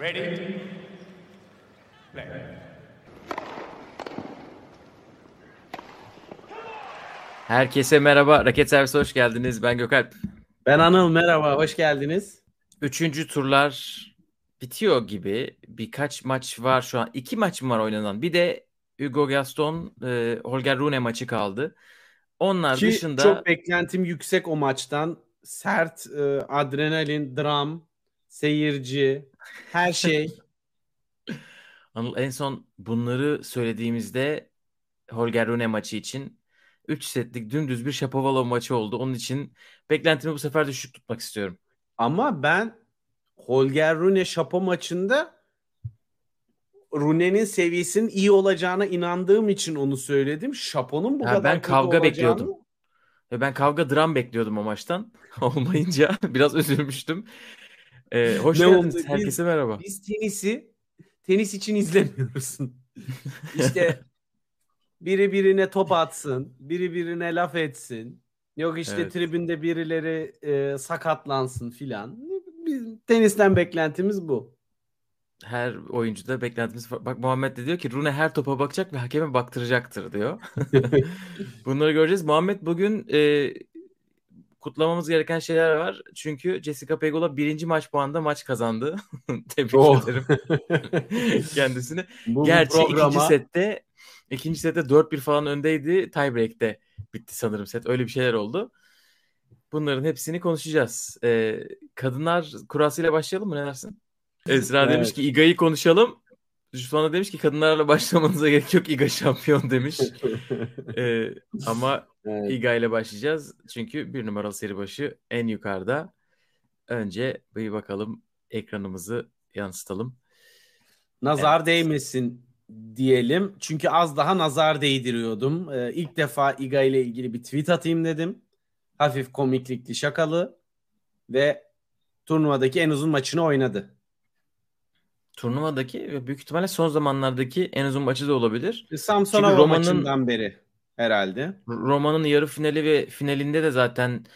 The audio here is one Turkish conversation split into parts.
Ready? Play. Herkese merhaba. Raket Servisi hoş geldiniz. Ben Gökalp. Ben Anıl, merhaba, hoş geldiniz. Üçüncü turlar bitiyor gibi. Birkaç maç var şu an. 2 maç mı var oynanan? Bir de Hugo Gaston, Holger Rune maçı kaldı. Onlar Ki çok dışında beklentim yüksek o maçtan. Sert, adrenalin, dram, seyirci, her şey. Anıl, en son bunları söylediğimizde Holger Rune maçı için 3 setlik dümdüz bir Shapovalov maçı oldu. Onun için beklentimi bu sefer düşük tutmak istiyorum. Ama ben Holger Rune Şapo maçında Rune'nin seviyesinin iyi olacağına inandığım için onu söyledim. Şapo'nun bu Ya ben kadar kötü kavga olacağını. bekliyordum. Ve ben kavga dram bekliyordum o maçtan. Olmayınca biraz üzülmüştüm. Hoş Ne oldu? geldiniz. Biz Herkese merhaba. biz tenis için izlemiyoruz. İşte biri birine top atsın, biri birine laf etsin. Yok işte Evet. tribünde birileri sakatlansın filan. Tenisten beklentimiz bu. Her oyuncuda beklentimiz var. Bak Muhammed de diyor ki Rune her topa bakacak ve hakeme baktıracaktır diyor. Bunları göreceğiz. Muhammed bugün kutlamamız gereken şeyler var. Çünkü Jessica Pegula birinci maç puanında maç kazandı. Tebrik Oh. ederim kendisini. Bu Gerçi programa ikinci sette 4-1 falan öndeydi. Tiebreak'te bitti sanırım set. Öyle bir şeyler oldu. Bunların hepsini konuşacağız. Kadınlar kurasıyla başlayalım mı? Ne dersin? Esra demiş evet. ki İGA'yı konuşalım. Sonra demiş ki kadınlarla başlamanıza gerek yok. İGA şampiyon demiş. Ee, ama Evet. İGA ile başlayacağız. Çünkü bir numaralı seri başı en yukarıda. Önce bir bakalım ekranımızı yansıtalım. Nazar Evet. değmesin diyelim. Çünkü az daha nazar değdiriyordum. İlk defa İGA ile ilgili bir tweet atayım dedim. Hafif komiklikli, şakalı ve turnuvadaki en uzun maçını oynadı. Turnuvadaki ve büyük ihtimalle son zamanlardaki en uzun maçı da olabilir. Çünkü Samsonova maçından beri herhalde. Roma'nın yarı finali ve finalinde de zaten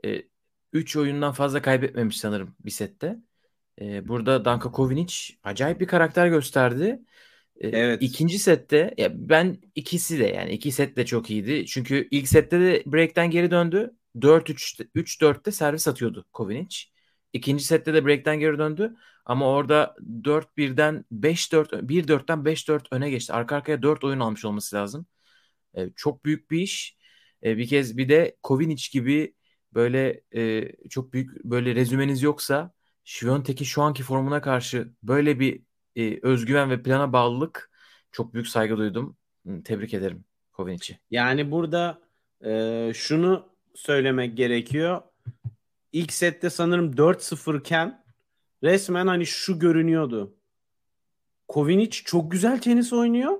3 oyundan fazla kaybetmemiş sanırım bir sette. Burada Danka Kovinic acayip bir karakter gösterdi. Evet. İkinci sette ya ben ikisi de yani iki set de çok iyiydi. Çünkü ilk sette de break'ten geri döndü. 4-3 3-4'te servis atıyordu Kovinic. İkinci sette de break'ten geri döndü. Ama orada 4-1'den 5-4 1-4'ten 5-4 öne geçti. Arka arkaya 4 oyun almış olması lazım. Çok büyük bir iş. Bir kez bir de Kovinic gibi böyle çok büyük böyle rezümeniz yoksa Świątek'in şu anki formuna karşı böyle bir özgüven ve plana bağlılık çok büyük saygı duydum. Tebrik ederim Kovinic'i. Yani burada şunu söylemek gerekiyor. İlk sette sanırım 4-0 iken resmen hani şu görünüyordu. Kovinic çok güzel tenis oynuyor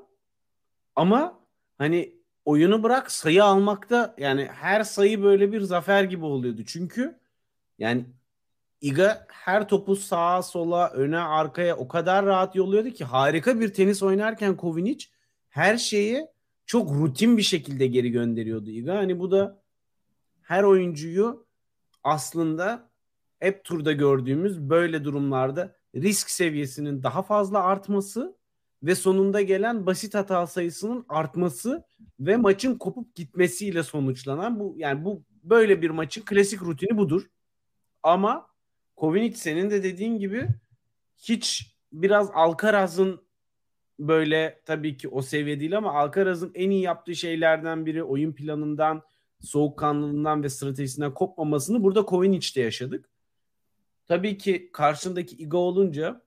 ama hani oyunu bırak sayı almakta yani her sayı böyle bir zafer gibi oluyordu. Çünkü yani Iga her topu sağa sola öne arkaya o kadar rahat yolluyordu ki harika bir tenis oynarken Kovinic her şeyi çok rutin bir şekilde geri gönderiyordu Iga. Hani bu da her oyuncuyu aslında hep turda gördüğümüz böyle durumlarda risk seviyesinin daha fazla artması ve sonunda gelen basit hata sayısının artması ve maçın kopup gitmesiyle sonuçlanan bu yani bu böyle bir maçın klasik rutini budur. Ama Kovinic senin de dediğin gibi hiç biraz Alcaraz'ın böyle tabii ki o seviye değil ama Alcaraz'ın en iyi yaptığı şeylerden biri oyun planından, soğukkanlılığından ve stratejisinden kopmamasını burada Kovinic'te yaşadık. Tabii ki karşındaki Iga olunca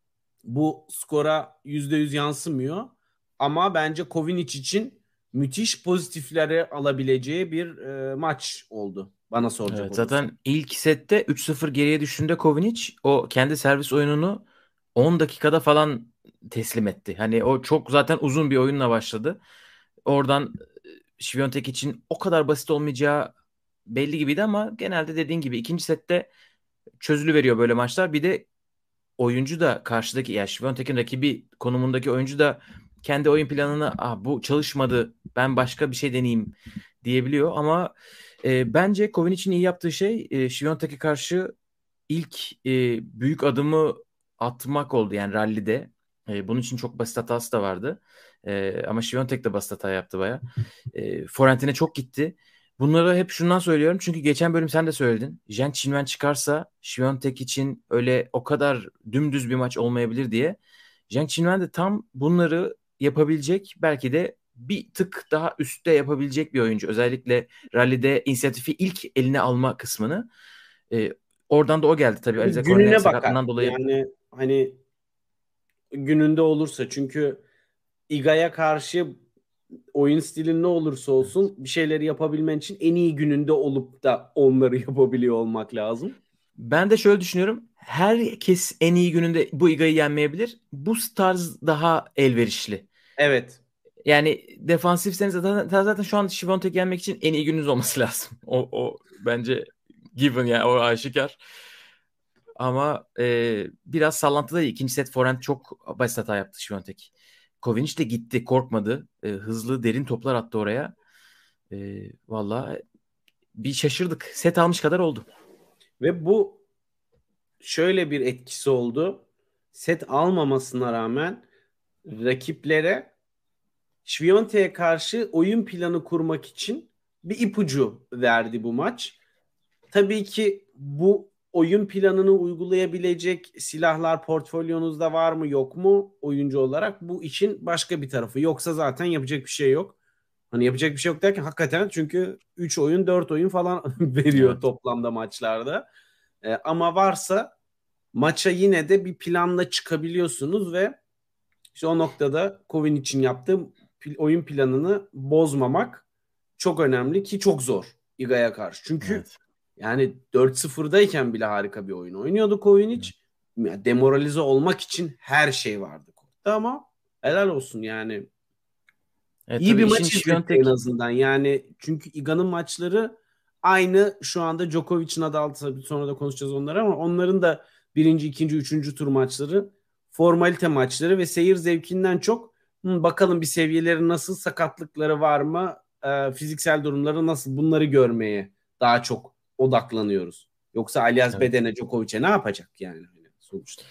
bu skora %100 yansımıyor. Ama bence Kovinic için müthiş pozitiflere alabileceği bir maç oldu bana soracak Evet, olursan. zaten ilk sette 3-0 geriye düştüğünde Kovinic o kendi servis oyununu 10 dakikada falan teslim etti. Hani o çok zaten uzun bir oyunla başladı. Oradan Świątek için o kadar basit olmayacağı belli gibiydi ama genelde dediğin gibi ikinci sette çözülüveriyor böyle maçlar. Bir de oyuncu da karşıdaki ya Świątek'in rakibi konumundaki oyuncu da kendi oyun planını bu çalışmadı ben başka bir şey deneyeyim diyebiliyor ama bence Kovinic'in iyi yaptığı şey Świątek'e karşı ilk büyük adımı atmak oldu yani rallide. Bunun için çok basit hatası da vardı. Ama Świątek de basit hata yaptı baya. Forentine çok gitti. Bunları hep şundan söylüyorum. Çünkü geçen bölüm sen de söyledin. Zheng Qinwen çıkarsa Świątek için öyle o kadar dümdüz bir maç olmayabilir diye. Zheng Qinwen de tam bunları yapabilecek, belki de bir tık daha üstte yapabilecek bir oyuncu. Özellikle rallide inisiyatifi ilk eline alma kısmını. Ee, Oradan da o geldi tabii. Alize Cornet Gününe bakar. sakatlığından dolayı. Yani hani gününde olursa, çünkü Iga'ya karşı oyun stilin ne olursa olsun bir şeyleri yapabilmen için en iyi gününde olup da onları yapabiliyor olmak lazım. Ben de şöyle düşünüyorum. Herkes en iyi gününde bu Iga'yı yenmeyebilir. Bu tarz daha elverişli. Evet. Yani defansifseniz zaten şu an Świątek yenmek için en iyi gününüz olması lazım. O bence given, yani o aşikar. Ama biraz sallantıda ikinci set forehand çok basit hata yaptı Świątek. Kovinic de gitti, korkmadı. Hızlı derin toplar attı oraya. Valla bir şaşırdık. Set almış kadar oldu. Ve bu şöyle bir etkisi oldu. Set almamasına rağmen rakiplere Świątek'e karşı oyun planı kurmak için bir ipucu verdi bu maç. Tabii ki bu oyun planını uygulayabilecek silahlar portfolyonuzda var mı yok mu oyuncu olarak, bu işin başka bir tarafı. Yoksa zaten yapacak bir şey yok. Hani yapacak bir şey yok derken hakikaten, çünkü 3 oyun 4 oyun falan veriyor Evet. toplamda maçlarda. Ama varsa maça yine de bir planla çıkabiliyorsunuz ve işte o noktada Kovin için yaptığım oyun planını bozmamak çok önemli ki çok zor Iga'ya karşı. Çünkü Evet. yani 4-0'dayken bile harika bir oyun oynuyordu Kovinic. Yani demoralize olmak için her şey vardı kortta, ama helal olsun yani. İyi Tabii bir işin maç izletti en Świątek. azından. Yani çünkü Iga'nın maçları aynı şu anda Djokovic'in adı altı, tabii sonra da konuşacağız onları, ama onların da birinci, ikinci, üçüncü tur maçları formalite maçları ve seyir zevkinden çok bakalım bir seviyeleri nasıl, sakatlıkları var mı, fiziksel durumları nasıl, bunları görmeye daha çok odaklanıyoruz. Yoksa Alcaraz Evet. Bedene Djokovic'e ne yapacak yani sonuçta?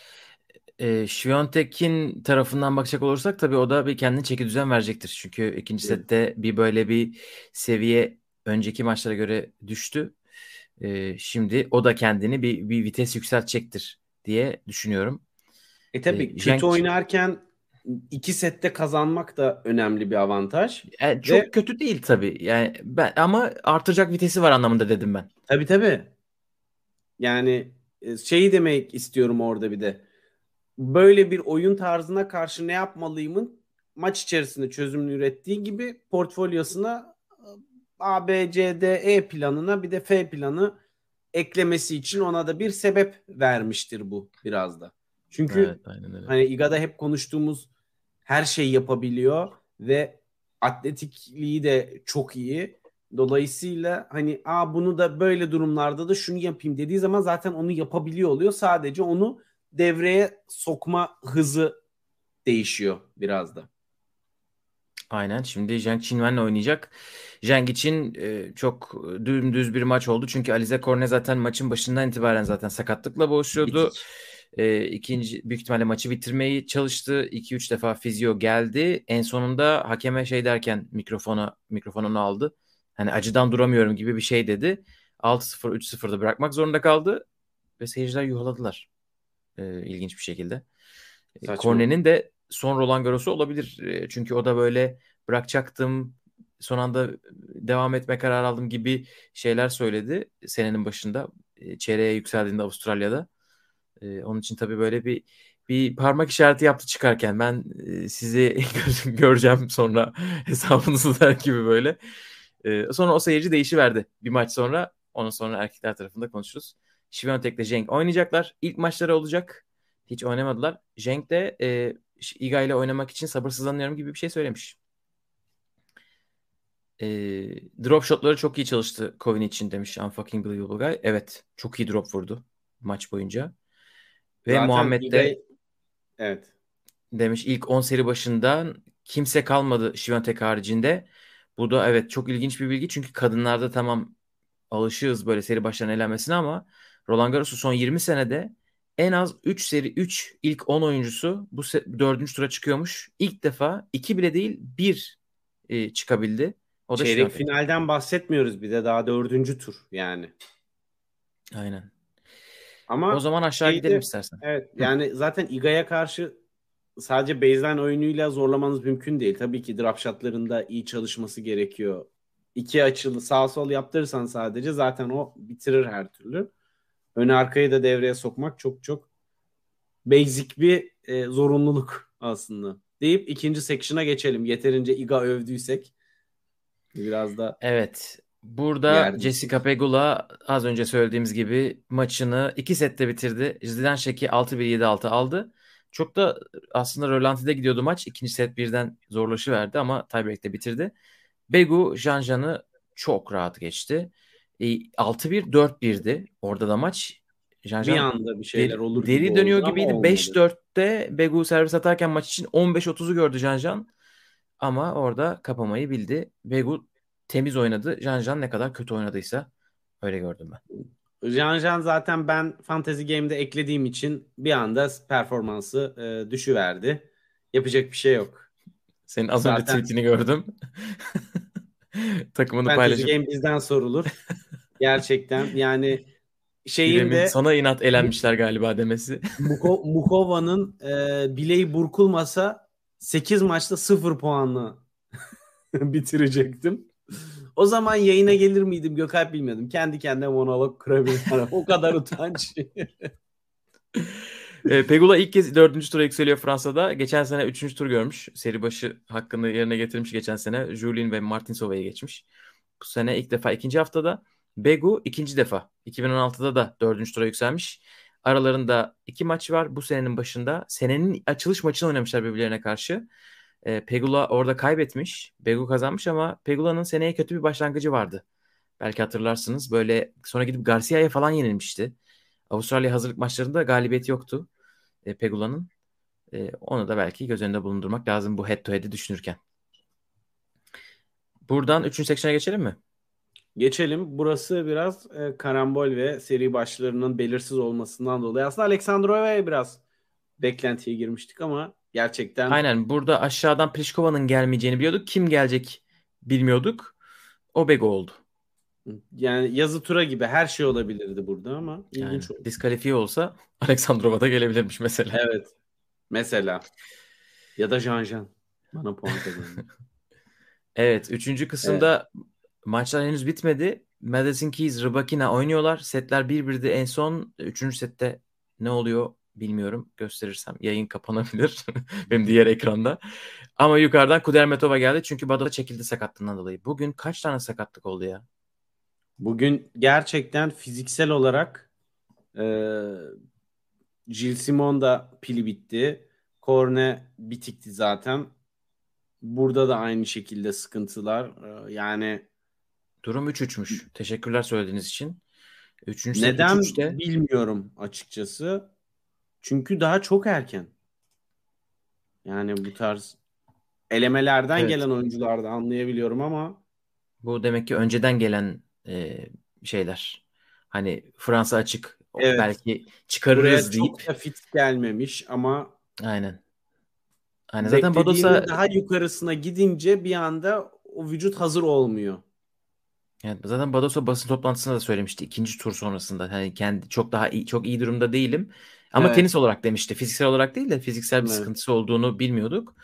Świątek'in tarafından bakacak olursak tabii o da bir kendine çeki düzen verecektir. Çünkü ikinci Evet. sette bir böyle bir seviye önceki maçlara göre düştü. Şimdi o da kendini bir vites yükseltecektir diye düşünüyorum. Tabii kötü Cenk oynarken iki sette kazanmak da önemli bir avantaj. Ve çok kötü değil tabii. Yani ben ama artıracak vitesi var anlamında dedim ben. tabii yani şeyi demek istiyorum orada bir de. Böyle bir oyun tarzına karşı ne yapmalıyımın maç içerisinde çözümünü ürettiği gibi portfolyosuna A, B, C, D, E planına bir de F planı eklemesi için ona da bir sebep vermiştir bu biraz da. Evet, Çünkü aynen öyle. hani Iga'da hep konuştuğumuz her şeyi yapabiliyor ve atletikliği de çok iyi. Dolayısıyla hani bunu da böyle durumlarda da şunu yapayım dediği zaman zaten onu yapabiliyor oluyor. Sadece onu devreye sokma hızı değişiyor biraz da. Aynen. Şimdi Zheng Qinwen'le oynayacak. Zheng için çok dümdüz bir maç oldu. Çünkü Alize Cornet zaten maçın başından itibaren zaten sakatlıkla boğuşuyordu. Bitik. İkinci büyük ihtimalle maçı bitirmeyi çalıştı. 2-3 defa fizyo geldi. En sonunda hakeme şey derken mikrofonunu aldı. Hani acıdan duramıyorum gibi bir şey dedi. 6-0 3-0'da bırakmak zorunda kaldı ve seyirciler yuhaladılar. İlginç bir şekilde. Saçma. Cornet'in de son Roland Garros'u olabilir. Çünkü o da böyle bırakacaktım, son anda devam etme kararı aldım gibi şeyler söyledi senenin başında. Çeyreğe yükseldiğinde Avustralya'da. Onun için tabii böyle bir parmak işareti yaptı çıkarken. Ben sizi göreceğim sonra hesabınızı der gibi böyle. Sonra o seyirci değişiverdi bir maç sonra. Ondan sonra erkekler tarafında konuşuruz. Świątek'le Cenk oynayacaklar. İlk maçları olacak. Hiç oynamadılar. Cenk de Iga ile oynamak için sabırsızlanıyorum gibi bir şey söylemiş. E, Drop shotları çok iyi çalıştı Kovin için demiş Unfucking Believable Guy. Evet, çok iyi drop vurdu maç boyunca. Ve Zaten Muhammed Iga, de evet. demiş ilk 10 seri başından kimse kalmadı Świątek haricinde. Bu da evet çok ilginç bir bilgi. Çünkü kadınlarda tamam alışığız böyle seri başlarına elenmesine ama Roland Garros'u son 20 senede en az 3 ilk 10 oyuncusu bu 4. tura çıkıyormuş. İlk defa 2 bile değil 1 çıkabildi. O da Çeyrek Schneider. finalden bahsetmiyoruz bir de daha 4. tur yani. Aynen. O Ama zaman aşağı gidelim istersen. evet Hı. yani zaten Iga'ya karşı sadece baseline oyunuyla zorlamanız mümkün değil. Tabii ki drop shotlarında iyi çalışması gerekiyor. İki açılı sağ sol yaptırırsan sadece zaten o bitirir her türlü. Öne arkayı da devreye sokmak çok çok basic bir zorunluluk aslında. Deyip ikinci section'a geçelim. Yeterince Iga övdüysek biraz da Evet. Burada Jessica yerdiysek. Pegula az önce söylediğimiz gibi maçını 2 sette bitirdi. Zidanseki 6-1 7-6 aldı. Çok da aslında rölantide gidiyordu maç. İkinci set birden zorlaşıverdi ama tiebreak'te bitirdi. Begu Janjan'ı çok rahat geçti. 6-1 4-1'di orada da maç. Bir Janjan anda bir şeyler olur gibi deri dönüyor oldu ama gibiydi. olmadı. 5-4'te Begu servis atarken maç için 15-30'u gördü Janjan. Ama orada kapamayı bildi. Begu temiz oynadı. Janjan ne kadar kötü oynadıysa öyle gördüm ben. Can zaten ben Fantasy Game'de eklediğim için bir anda performansı düşüverdi. Yapacak bir şey yok. Senin az önce Zaten tweetini gördüm. Takımını Fantasy paylaşıp Game bizden sorulur. Gerçekten yani şeyin İrem'in de sana inat elenmişler galiba demesi. Mukova'nın bileği burkulmasa 8 maçta 0 puanla bitirecektim. O zaman yayına gelir miydim Gökalp bilmiyordum. Kendi kendime monolog kurabilirim. O kadar utanç. Pegula ilk kez 4. tura yükseliyor Fransa'da. Geçen sene 3. tur görmüş. Seri başı hakkını yerine getirmiş geçen sene. Julien ve Martinsova'ya geçmiş. Bu sene ilk defa ikinci haftada. Begu ikinci defa. 2016'da da 4. tura yükselmiş. Aralarında 2 maç var. Bu senenin başında. Senenin açılış maçını oynamışlar birbirlerine karşı. Pegula orada kaybetmiş. Begu kazanmış ama Pegula'nın seneye kötü bir başlangıcı vardı. Belki hatırlarsınız. Böyle sonra gidip Garcia'ya falan yenilmişti. Avustralya hazırlık maçlarında galibiyeti yoktu Pegula'nın. Onu da belki göz önünde bulundurmak lazım bu head to head'i düşünürken. Buradan 3. section'a geçelim mi? Geçelim. Burası biraz karambol ve seri başlarının belirsiz olmasından dolayı. Aslında Aleksandrova'ya biraz beklentiye girmiştik ama gerçekten Aynen. Burada aşağıdan Pliškova'nın gelmeyeceğini biliyorduk. Kim gelecek bilmiyorduk. O Begu oldu. yani yazı tura gibi her şey olabilirdi burada ama Yani ilginç oldu. diskalifiye olsa Aleksandrova da gelebilirmiş mesela. Evet. Mesela ya da Can. Bana puan kazandı. Evet. 3. Evet. kısımda maçlar henüz bitmedi. Madison Keys, Rybakina oynuyorlar. Setler 1-1'di. En son 3. sette ne oluyor bilmiyorum. Gösterirsem yayın kapanabilir. Benim diğer ekranda. Ama yukarıdan Kudermetova geldi. Çünkü Badosa çekildi sakatlığından dolayı. Bugün kaç tane sakatlık oldu ya? Bugün gerçekten fiziksel olarak e, Gilles Simon da pili bitti. Korne bitikti zaten. Burada da aynı şekilde sıkıntılar. Yani Durum 3-3'müş. Teşekkürler söylediğiniz için. 3. set neden 3-3'te. bilmiyorum açıkçası. Çünkü daha çok erken. Yani bu tarz elemelerden Evet. gelen oyuncularda anlayabiliyorum ama Bu demek ki önceden gelen şeyler. Hani Fransa açık evet, belki buraya çıkarırız çok deyip. da fit gelmemiş ama Aynen. Aynen. Zaten Badosa beklediğinin daha yukarısına gidince bir anda o vücut hazır olmuyor. yani zaten Badosa basın toplantısında da söylemişti ikinci tur sonrasında. Hani kendi çok daha iyi, çok iyi durumda değilim. Ama tenis Evet. olarak demişti. Fiziksel olarak değil de fiziksel bir Evet. sıkıntısı olduğunu bilmiyorduk.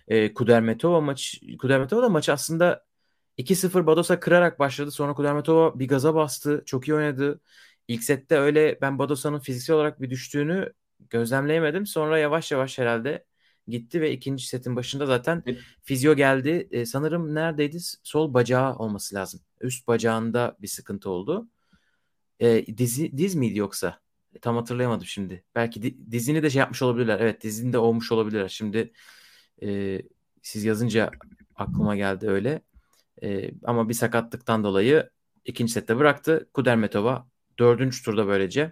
Kudermetova da maçı aslında 2-0 Badosa kırarak başladı. Sonra Kudermetova bir gaza bastı. Çok iyi oynadı. İlk sette öyle ben Badosa'nın fiziksel olarak bir düştüğünü gözlemleyemedim. Sonra yavaş yavaş herhalde gitti ve ikinci setin başında zaten fizyo geldi. Sanırım neredeydi? Sol bacağı olması lazım. Üst bacağında bir sıkıntı oldu. Diz miydi yoksa? Tam hatırlayamadım şimdi. Belki dizini de şey yapmış olabilirler. Evet, dizini de olmuş olabilirler. Şimdi siz yazınca aklıma geldi öyle. Ama bir sakatlıktan dolayı ikinci sette bıraktı. Kudermetova 4. turda böylece.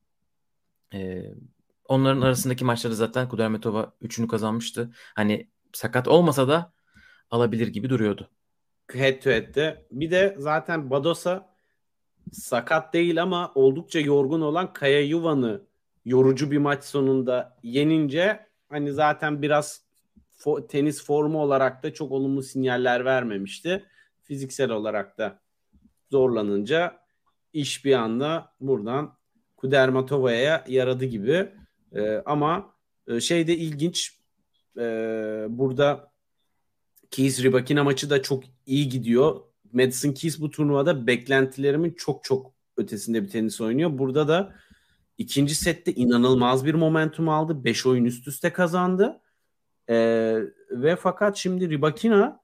Onların arasındaki maçları zaten Kudermetova 3'ünü kazanmıştı. Hani sakat olmasa da alabilir gibi duruyordu. Head to head'de. Bir de zaten Badosa sakat değil ama oldukça yorgun olan Kaya Yuvan'ı yorucu bir maç sonunda yenince hani zaten biraz tenis formu olarak da çok olumlu sinyaller vermemişti. Fiziksel olarak da zorlanınca iş bir anda buradan Kudermetova'ya yaradı gibi. Ama şey de ilginç. Burada Keys Rybakina maçı da çok iyi gidiyor. Madison Keys bu turnuvada beklentilerimin çok çok ötesinde bir tenis oynuyor. Burada da ikinci sette inanılmaz bir momentum aldı. 5 oyun üst üste kazandı. Ve fakat şimdi Rybakina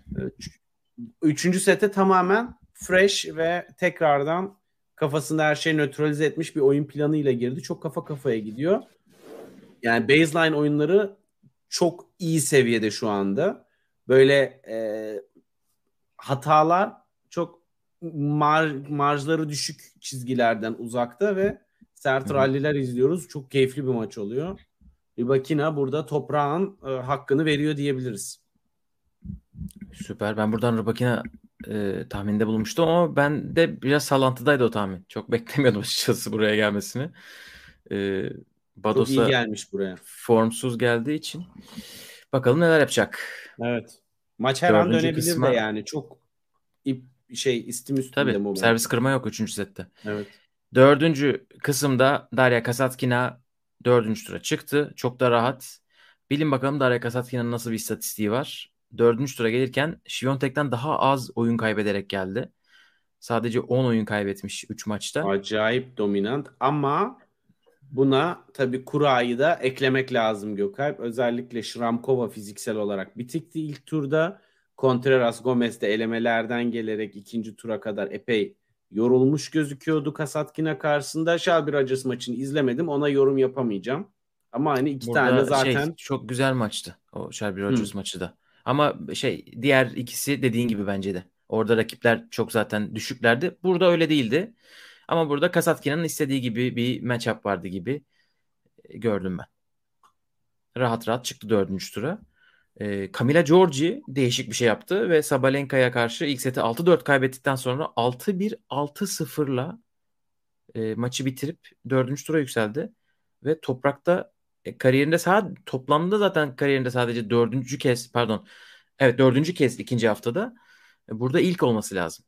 3. sette tamamen fresh ve tekrardan kafasında her şeyi nötralize etmiş bir oyun planıyla girdi. Çok kafa kafaya gidiyor. Yani baseline oyunları çok iyi seviyede şu anda. Böyle hatalar çok marjları düşük çizgilerden uzakta ve sert ralliler izliyoruz. Çok keyifli bir maç oluyor. Rybakina burada toprağın hakkını veriyor diyebiliriz. Süper. Ben buradan Rybakina tahminde bulmuştum ama ben de biraz sallantıdaydı o tahmin. Çok beklemiyordum açıkçası buraya gelmesini. Çok iyi Bados'a gelmiş buraya. formsuz geldiği için. Bakalım neler yapacak. Evet. Maç her an Dördüncü dönebilir kısma, de yani. Çok istim üstünde tabii bu. servis kırma yok 3. sette. Evet. 4. kısımda Daria Kasatkina 4. tura çıktı. Çok da rahat. Bilin bakalım Daria Kasatkina'nın nasıl bir istatistiği var. 4. tura gelirken Świątek'ten daha az oyun kaybederek geldi. Sadece 10 oyun kaybetmiş 3 maçta. Acayip dominant ama buna tabii kurayı da eklemek lazım Gökalp. Özellikle Shramkova fiziksel olarak bitikti ilk turda. Contreras Gomez de elemelerden gelerek ikinci tura kadar epey yorulmuş gözüküyordu Kasatkina karşısında. Shelby Rogers maçını izlemedim. Ona yorum yapamayacağım. Ama hani iki Burada tane zaten çok güzel maçtı o Shelby Rogers maçı da. Ama diğer ikisi dediğin gibi bence de. Orada rakipler çok zaten düşüklerdi. Burada öyle değildi. Ama burada Kasatkina'nın istediği gibi bir matchup vardı gibi gördüm ben. Rahat rahat çıktı 4. tura. Camila Giorgi değişik bir şey yaptı ve Sabalenka'ya karşı ilk seti 6-4 kaybettikten sonra 6-1, 6-0'la maçı bitirip 4. tura yükseldi. Ve toprakta toplamda zaten kariyerinde sadece 4. kez, pardon, evet 4. kez ikinci haftada burada ilk olması lazım.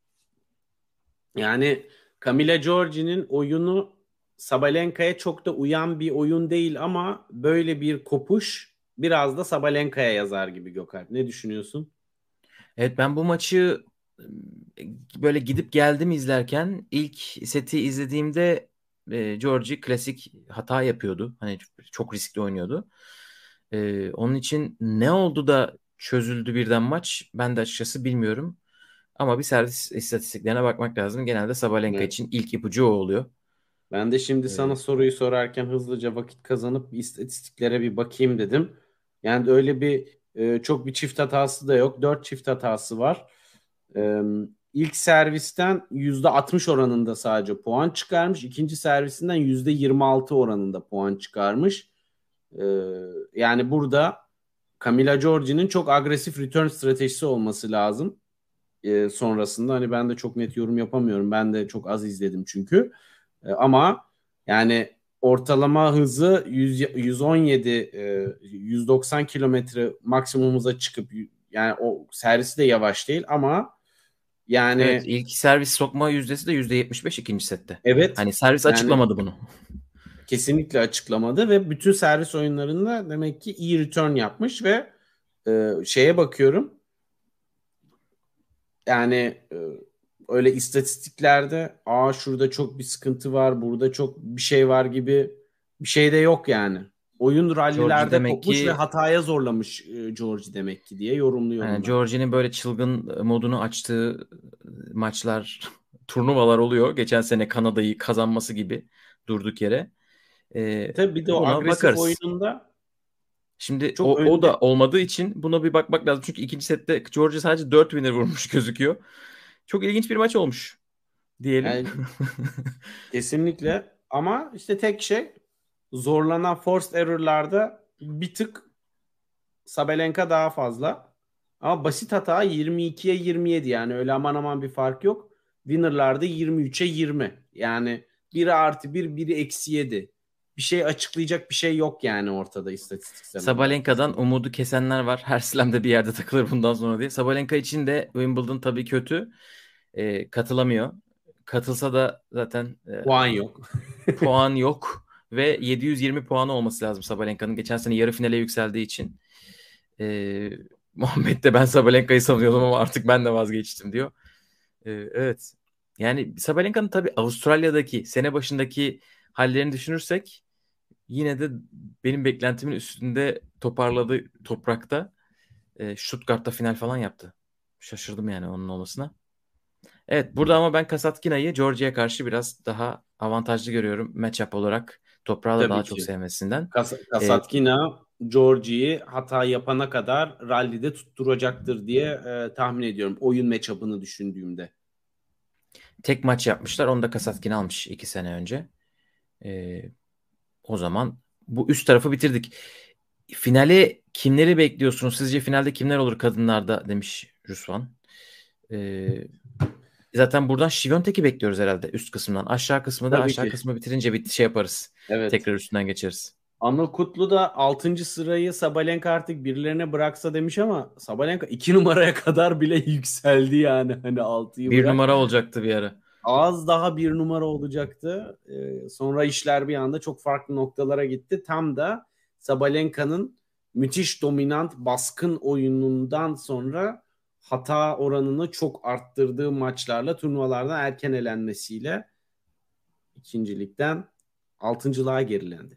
yani Camila Giorgi'nin oyunu Sabalenka'ya çok da uyan bir oyun değil ama böyle bir kopuş biraz da Sabalenka'ya yazar gibi Gökalp. Ne düşünüyorsun? Evet, ben bu maçı böyle gidip geldim izlerken ilk seti izlediğimde Georgie klasik hata yapıyordu. Hani çok riskli oynuyordu. Onun için ne oldu da çözüldü birden maç ben de açıkçası bilmiyorum. Ama bir servis istatistiklerine bakmak lazım. Genelde Sabalenka Evet. için ilk ipucu o oluyor. Ben de şimdi sana soruyu sorarken hızlıca vakit kazanıp istatistiklere bir bakayım dedim. Yani öyle bir çok bir çift hatası da yok. 4 çift hatası var. İlk servisten %60 oranında sadece puan çıkarmış. İkinci servisinden %26 oranında puan çıkarmış. Yani burada Camila Giorgi'nin çok agresif return stratejisi olması lazım. Sonrasında hani ben de çok net yorum yapamıyorum. Ben de çok az izledim çünkü. Ama yani ortalama hızı 117 190 kilometre maksimum hıza çıkıp yani o servisi de yavaş değil ama yani Evet, ilk servis sokma yüzdesi de %75 ikinci sette. evet Hani servis yani açıklamadı bunu. kesinlikle açıklamadı ve bütün servis oyunlarında demek ki iyi return yapmış ve şeye bakıyorum yani öyle istatistiklerde şurada çok bir sıkıntı var, burada çok bir şey var gibi bir şey de yok yani. Oyun Georgie rallilerde demek kopmuş ve ki hataya zorlamış Georgie demek ki diye yorumluyorum yani ben. Georgie'nin böyle çılgın modunu açtığı maçlar, turnuvalar oluyor. Geçen sene Kanada'yı kazanması gibi durduk yere. Tabii bir de o Buna agresif bakarız. oyununda Şimdi çok o da önde. olmadığı için buna bir bakmak lazım. Çünkü ikinci sette Georgia sadece 4 winner vurmuş gözüküyor. Çok ilginç bir maç olmuş diyelim. Yani kesinlikle ama işte tek şey zorlanan forced error'larda bir tık Sabalenka daha fazla. Ama basit hata 22'ye 27 yani öyle aman aman bir fark yok. Winner'larda 23'e 20. Yani biri artı bir, biri eksi 7. bir şey açıklayacak bir şey yok yani ortada istatistiksel olarak. Sabalenka'dan umudu kesenler var. Her slam'de bir yerde takılır bundan sonra diye. Sabalenka için de Wimbledon tabii kötü. Katılamıyor. Katılsa da zaten Puan yok. puan yok ve 720 puanı olması lazım Sabalenka'nın. Geçen sene yarı finale yükseldiği için. Muhammed de ben Sabalenka'yı savunuyordum ama artık ben de vazgeçtim diyor. Evet. Yani Sabalenka'nın tabii Avustralya'daki sene başındaki hallerini düşünürsek yine de benim beklentimin üstünde toparladı toprakta. Stuttgart'ta final falan yaptı. Şaşırdım yani onun olmasına. Evet, burada ama ben Kasatkina'yı Georgia'ya karşı biraz daha avantajlı görüyorum matchup olarak. Toprağı da Tabii daha ki. çok sevmesinden. Kasatkina Georgie'yi hata yapana kadar rallide tutturacaktır diye tahmin ediyorum. Oyun matchup'ını düşündüğümde. Tek maç yapmışlar. Onu da Kasatkina almış 2 sene önce. O zaman bu üst tarafı bitirdik. Finale kimleri bekliyorsunuz? Sizce finalde kimler olur kadınlarda demiş Rusvan. Zaten buradan Şiviyontek'i bekliyoruz herhalde üst kısımdan. Aşağı kısmı da Tabii aşağı ki. kısmı bitirince bir şey yaparız. Evet. Tekrar üstünden geçeriz. Anıl Kutlu da 6. sırayı Sabalenka artık birilerine bıraksa demiş ama Sabalenka 2 numaraya kadar bile yükseldi yani. Hani 6'yı Bir bırak. numara olacaktı bir ara. Az daha 1 numara olacaktı. Sonra işler bir anda çok farklı noktalara gitti. Tam da Sabalenka'nın müthiş dominant baskın oyunundan sonra hata oranını çok arttırdığı maçlarla turnuvalardan erken elenmesiyle ikincilikten altıncılığa gerilendi.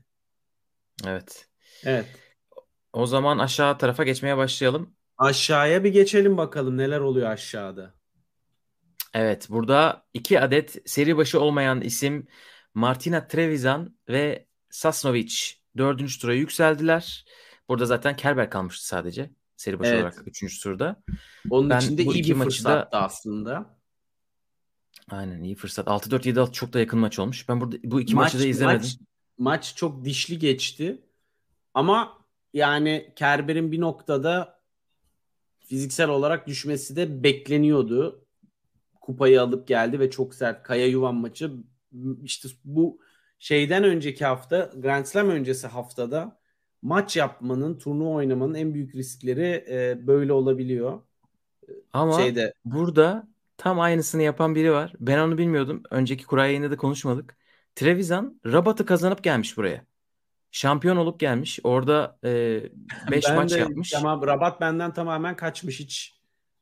Evet. Evet. O zaman aşağı tarafa geçmeye başlayalım. Aşağıya bir geçelim bakalım neler oluyor aşağıda. Evet, burada 2 adet seri başı olmayan isim Martina Trevisan ve Sasnovic 4. tura yükseldiler. Burada zaten Kerber kalmıştı sadece seri başı Evet. olarak 3. turda. Onun Ben için de bu iyi iki bir maçı da fırsattı aslında. aynen iyi fırsat. 6-4 7-6 çok da yakın maç olmuş. Ben burada bu iki maçı da izlemedim. Maç çok dişli geçti. Ama yani Kerber'in bir noktada fiziksel olarak düşmesi de bekleniyordu. Kupayı alıp geldi ve çok sert. Kaya Yuvan maçı işte bu şeyden önceki hafta Grand Slam öncesi haftada maç yapmanın, turnuva oynamanın en büyük riskleri böyle olabiliyor. Ama burada tam aynısını yapan biri var. Ben onu bilmiyordum. Önceki kura yayında da konuşmadık. Trevisan Rabat'ı kazanıp gelmiş buraya. Şampiyon olup gelmiş. Orada 5 Ben maç de yapmış. tamam, Rabat benden tamamen kaçmış hiç.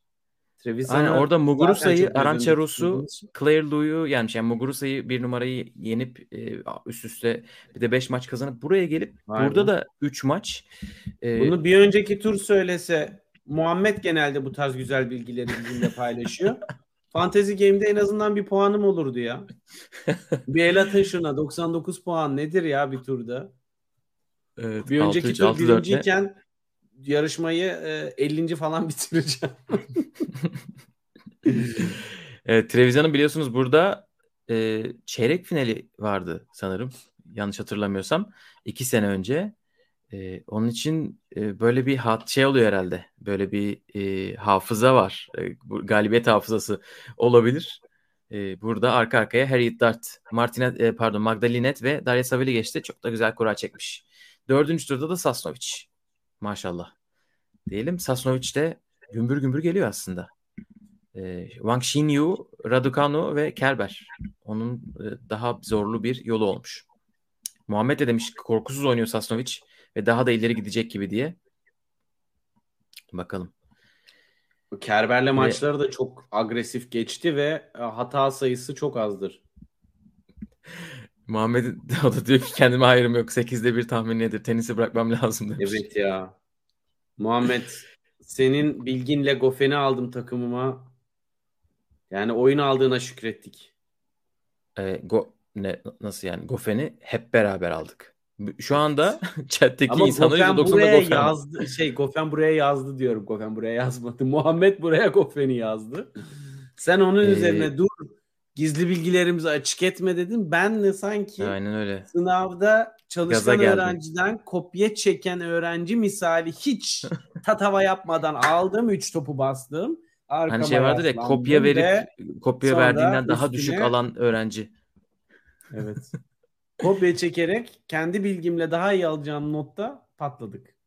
Aynen Trevisan'ı orada zaten Muguruza'yı, çok göz önünde Arançaros'u, tutmadığımız için. Claire Lou'yu yenmiş. Yani Muguruza'yı bir numarayı yenip üst üste bir de 5 maç kazanıp buraya gelip Vay burada be. da 3 maç. Bunu bir önceki tur söylese, Muhammed genelde bu tarz güzel bilgileri bizimle paylaşıyor. Fantasy Game'de en azından bir puanım olurdu ya. Bir el atın şuna. 99 puan nedir ya bir turda? Evet, Bir önceki 6-3, tur 6-4'le. birinciyken yarışmayı 50. falan bitireceğim. Evet, Trevisan'ın biliyorsunuz burada çeyrek finali vardı sanırım. Yanlış hatırlamıyorsam. 2 sene önce. Onun için böyle bir şey oluyor herhalde. Böyle bir hafıza var. Bu galibiyet hafızası olabilir. Burada arka arkaya Harriet Dart, Magdalinet ve Darya Savili geçti. Çok da güzel kura çekmiş. 4. turda da Sasnovic. Maşallah. Diyelim Sasnovic de gümbür gümbür geliyor aslında. Wang Xinyu, Raducanu ve Kerber. Onun daha zorlu bir yolu olmuş. Muhammed de demiş korkusuz oynuyor Sasnovic ve daha da ileri gidecek gibi diye. Bakalım. Kerber'le maçları da çok agresif geçti ve hata sayısı çok azdır. Muhammed o da diyor ki kendime hayrım yok. 8'de 1 tahmin nedir? Tenisi bırakmam lazım demiş. Evet ya. Muhammed, senin bilginle Gofen'i aldım takımıma. Yani oyun aldığına şükrettik. Nasıl yani? Goffen'i hep beraber aldık. Şu anda chat'teki Ama insanların Gofen %90'ında buraya Goffen var. yazdı. Gofen buraya yazdı diyorum. Gofen buraya yazmadı. Muhammed buraya Gofen'i yazdı. Sen onun üzerine dur. Gizli bilgilerimizi açık etme dedin. Ben de sanki Aynen öyle. sınavda çalışkan Gaza öğrenciden kopya çeken öğrenci misali hiç tatava yapmadan aldım. 3 topu bastım. Arkama Hani şey vardır ya kopya yaslandım verip ve kopya sonra verdiğinden daha düşük üstüne alan öğrenci. evet. Kopya çekerek kendi bilgimle daha iyi alacağım notta patladık.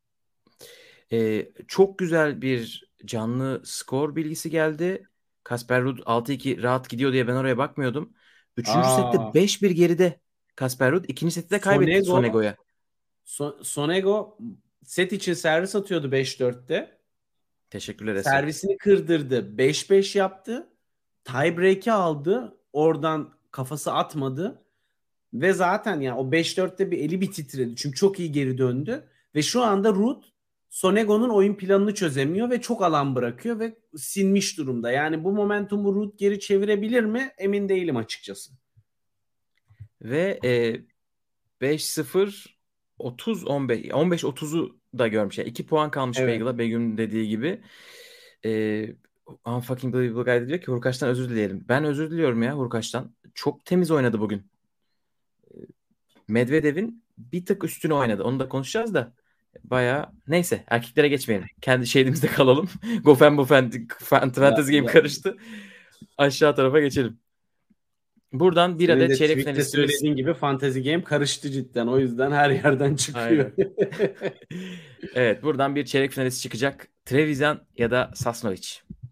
Çok güzel bir canlı skor bilgisi geldi. Kasper Ruud 6-2 rahat gidiyor diye ben oraya bakmıyordum. Üçüncü sette Aa, 5-1 geride Kasper Ruud. İkinci sette de kaybetti Sonego Sonego'ya. Sonego set için servis atıyordu 5-4'te. Teşekkürler Ese. Servisini kırdırdı. 5-5 yaptı. Tiebreak'i aldı. Oradan kafası atmadı. Ve zaten yani o 5-4'te bir eli bir titredi. Çünkü çok iyi geri döndü. Ve şu anda Ruud Sonego'nun oyun planını çözemiyor ve çok alan bırakıyor ve sinmiş durumda. Yani bu momentumu Ruud geri çevirebilir mi? Emin değilim açıkçası. Ve 5-0 30-15 15-30'u da görmüş. Yani 2 puan kalmış Evet. Beagle'a, Begüm'ün dediği gibi. Unfucking Believable Guy diyor ki Hurkaç'tan özür dileyelim. Ben özür diliyorum ya Hurkaç'tan. Çok temiz oynadı bugün. Medvedev'in bir tık üstüne oynadı. Onu da konuşacağız da. Bayağı neyse erkeklere geçmeyelim. Kendi şeyimizde kalalım. Gofen Fantasy Game karıştı. Aşağı tarafa geçelim. Buradan bir Senin adet de çeyrek tweet'te finalistimiz. söylediğin gibi Fantasy Game karıştı cidden. O yüzden her yerden çıkıyor. Evet, buradan bir çeyrek finalist çıkacak. Trevisan ya da Sasnovic.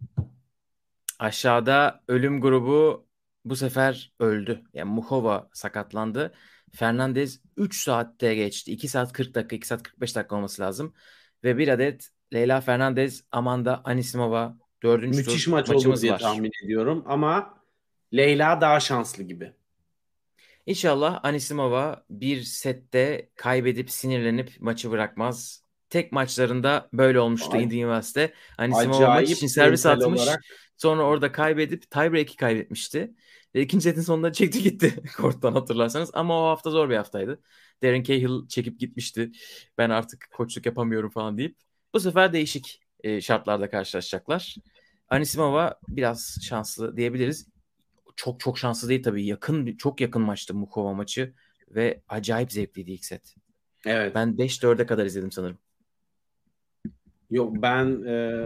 Aşağıda ölüm grubu bu sefer öldü. Yani Muhova sakatlandı. Fernandez 3 saatte geçti. 2 saat 40 dakika, 2 saat 45 dakika olması lazım. Ve bir adet Leyla Fernandez, Amanda Anisimova 4. tur Müthiş maç olur maçımız diye var. tahmin ediyorum ama Leyla daha şanslı gibi. İnşallah Anisimova bir sette kaybedip sinirlenip maçı bırakmaz. Tek maçlarında böyle olmuştu A- Indian Wells'te. Anisimova maç için Acayip servis mental atmış. olarak. Sonra orada kaybedip tiebreak'i kaybetmişti. Ve ikinci setin sonunda çekti gitti korttan hatırlarsanız. Ama o hafta zor bir haftaydı. Darren Cahill çekip gitmişti. Ben artık koçluk yapamıyorum falan deyip. Bu sefer değişik şartlarda karşılaşacaklar. Anisimova biraz şanslı diyebiliriz. Çok çok şanslı değil tabii. Çok yakın maçtı Mukova maçı ve acayip zevkliydi ilk set. Evet. Ben 5-4'e kadar izledim sanırım. Yok ben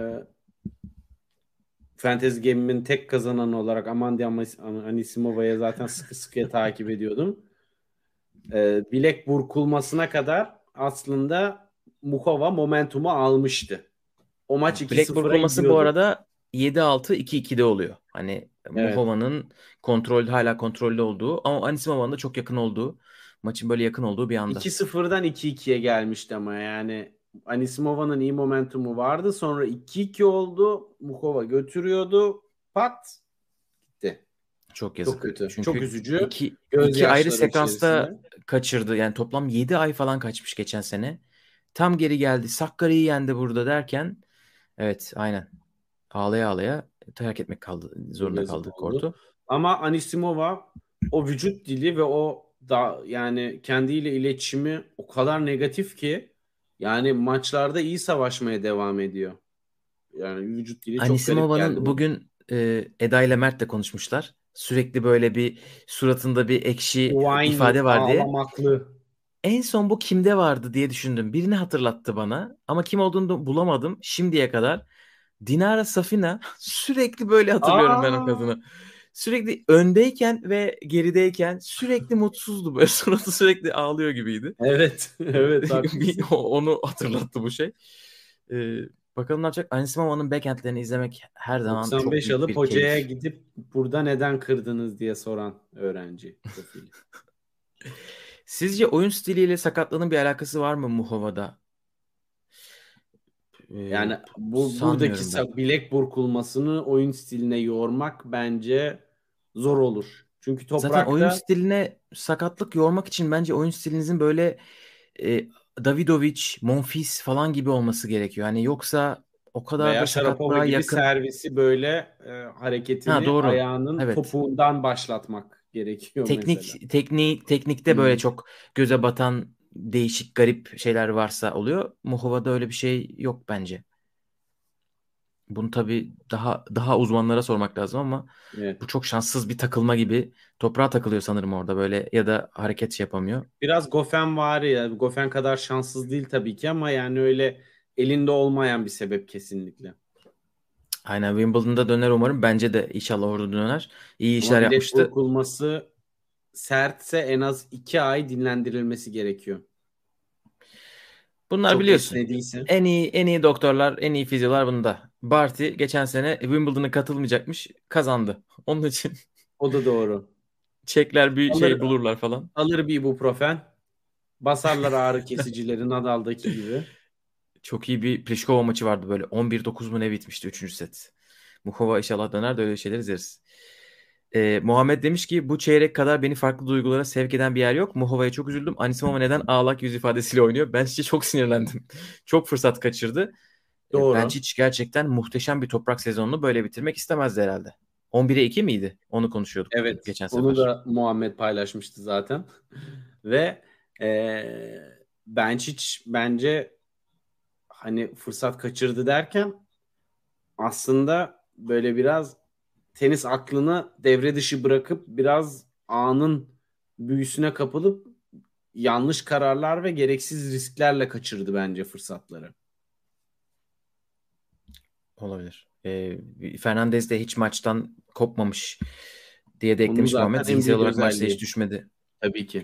Fantasy Game'imin tek kazananı olarak Amanda Anisimova'ya zaten sıkı sıkıya takip ediyordum. Bilek burkulmasına kadar aslında Mukova momentumu almıştı. O maç Black 2-0'a burkulması bu gidiyordu. arada 7-6 2-2'de oluyor. Hani Evet. Muhova'nın hala kontrollü olduğu ama Anisimova'nın da çok yakın olduğu, maçın böyle yakın olduğu bir anda. 2-0'dan 2-2'ye gelmişti ama yani Anisimova'nın iyi momentumu vardı. Sonra 2-2 oldu. Mukova götürüyordu. Pat gitti. Çok Çok yazık. kötü. Çok Çünkü üzücü. iki ayrı Gözyaşları sekansta içerisinde. kaçırdı. Yani toplam 7 ay falan kaçmış geçen sene. Tam geri geldi. Sakarya'yı yendi burada derken evet aynen. Ağlaya ağlaya terk etmek Çok zorunda yazık kaldı oldu. kortu. Ama Anisimova o vücut dili ve o da yani kendiyle iletişimi o kadar negatif ki yani maçlarda iyi savaşmaya devam ediyor. Yani vücut dili çok garip geldi Anisimova'nın bana. bugün Eda ile Mert de konuşmuşlar. Sürekli böyle bir suratında bir ekşi Whiny, ifade var diye. ağlamaklı. En son bu kimde vardı diye düşündüm. Birini hatırlattı bana ama kim olduğunu da bulamadım şimdiye kadar. Dinara Safina sürekli böyle hatırlıyorum ben o Aa, kadını. Sürekli öndeyken ve gerideyken sürekli mutsuzdu böyle suratı sürekli ağlıyor gibiydi. evet, evet haklısın. Onu hatırlattı bu şey. Ee, Bakalım ne yapacak? Anisimova'nın backendlerini izlemek her zaman çok 95 büyük alıp bir hocaya keyif. gidip burada neden kırdınız diye soran öğrenci profili. Sizce oyun stiliyle sakatlığının bir alakası var mı Muhova'da? Yani buradaki Sanmıyorum ben. bilek burkulmasını oyun stiline yormak bence zor olur. Çünkü Zaten oyun toprakta stiline sakatlık yormak için bence oyun stilinizin böyle e, Davidovic, Monfils falan gibi olması gerekiyor. Hani yoksa o kadar veya da Sharapova sakatlığa gibi yakın. servisi böyle Ha hareketini doğru. ayağının Evet. topuğundan başlatmak gerekiyor mesela. Teknikte böyle Hmm. çok göze batan değişik garip şeyler varsa oluyor. Muhova'da öyle bir şey yok bence. Bunu tabii daha uzmanlara sormak lazım ama Evet. bu çok şanssız bir takılma gibi. Toprağa takılıyor sanırım orada böyle ya da hareket şey yapamıyor. Biraz Goffin var ya. Goffin kadar şanssız değil tabii ki ama yani öyle elinde olmayan bir sebep kesinlikle. Aynen Wimbledon'da döner umarım. Bence de inşallah orada döner. İyi Ama işler bilek yapmıştı. burkulması sertse en az 2 ay dinlendirilmesi gerekiyor. Bunlar Çok biliyorsun. esnediyse. En iyi doktorlar, en iyi fizyolar bunda. Barty geçen sene Wimbledon'a katılmayacakmış, kazandı. Onun için O da doğru. çekler bir Alır, şey bulurlar falan. alır bir ibuprofen. Basarlar ağrı kesicileri Nadal'daki gibi. Çok iyi bir Pliskova maçı vardı böyle. 11-9 mu ne bitmişti 3. set. Muhova inşallah döner de öyle şeyler izleriz. Muhammed demiş ki bu çeyrek kadar beni farklı duygulara sevk eden bir yer yok. Muhova'ya çok üzüldüm. Anisimova neden ağlak yüz ifadesiyle oynuyor? Ben işte çok sinirlendim. Çok fırsat kaçırdı. Bence Doğru. hiç gerçekten muhteşem bir toprak sezonunu böyle bitirmek istemezdi herhalde. 11'e 2 miydi? Onu konuşuyorduk Evet. geçen Onu sefer. da Muhammed paylaşmıştı zaten. Ve bence hani fırsat kaçırdı derken aslında böyle biraz tenis aklını devre dışı bırakıp biraz anın büyüsüne kapılıp yanlış kararlar ve gereksiz risklerle kaçırdı bence fırsatları. Olabilir. Fernandez de hiç maçtan kopmamış diye de Onun eklemiş Muhammed. zaten en Zihinsel büyük olarak maçta hiç özelliği düşmedi. tabii ki.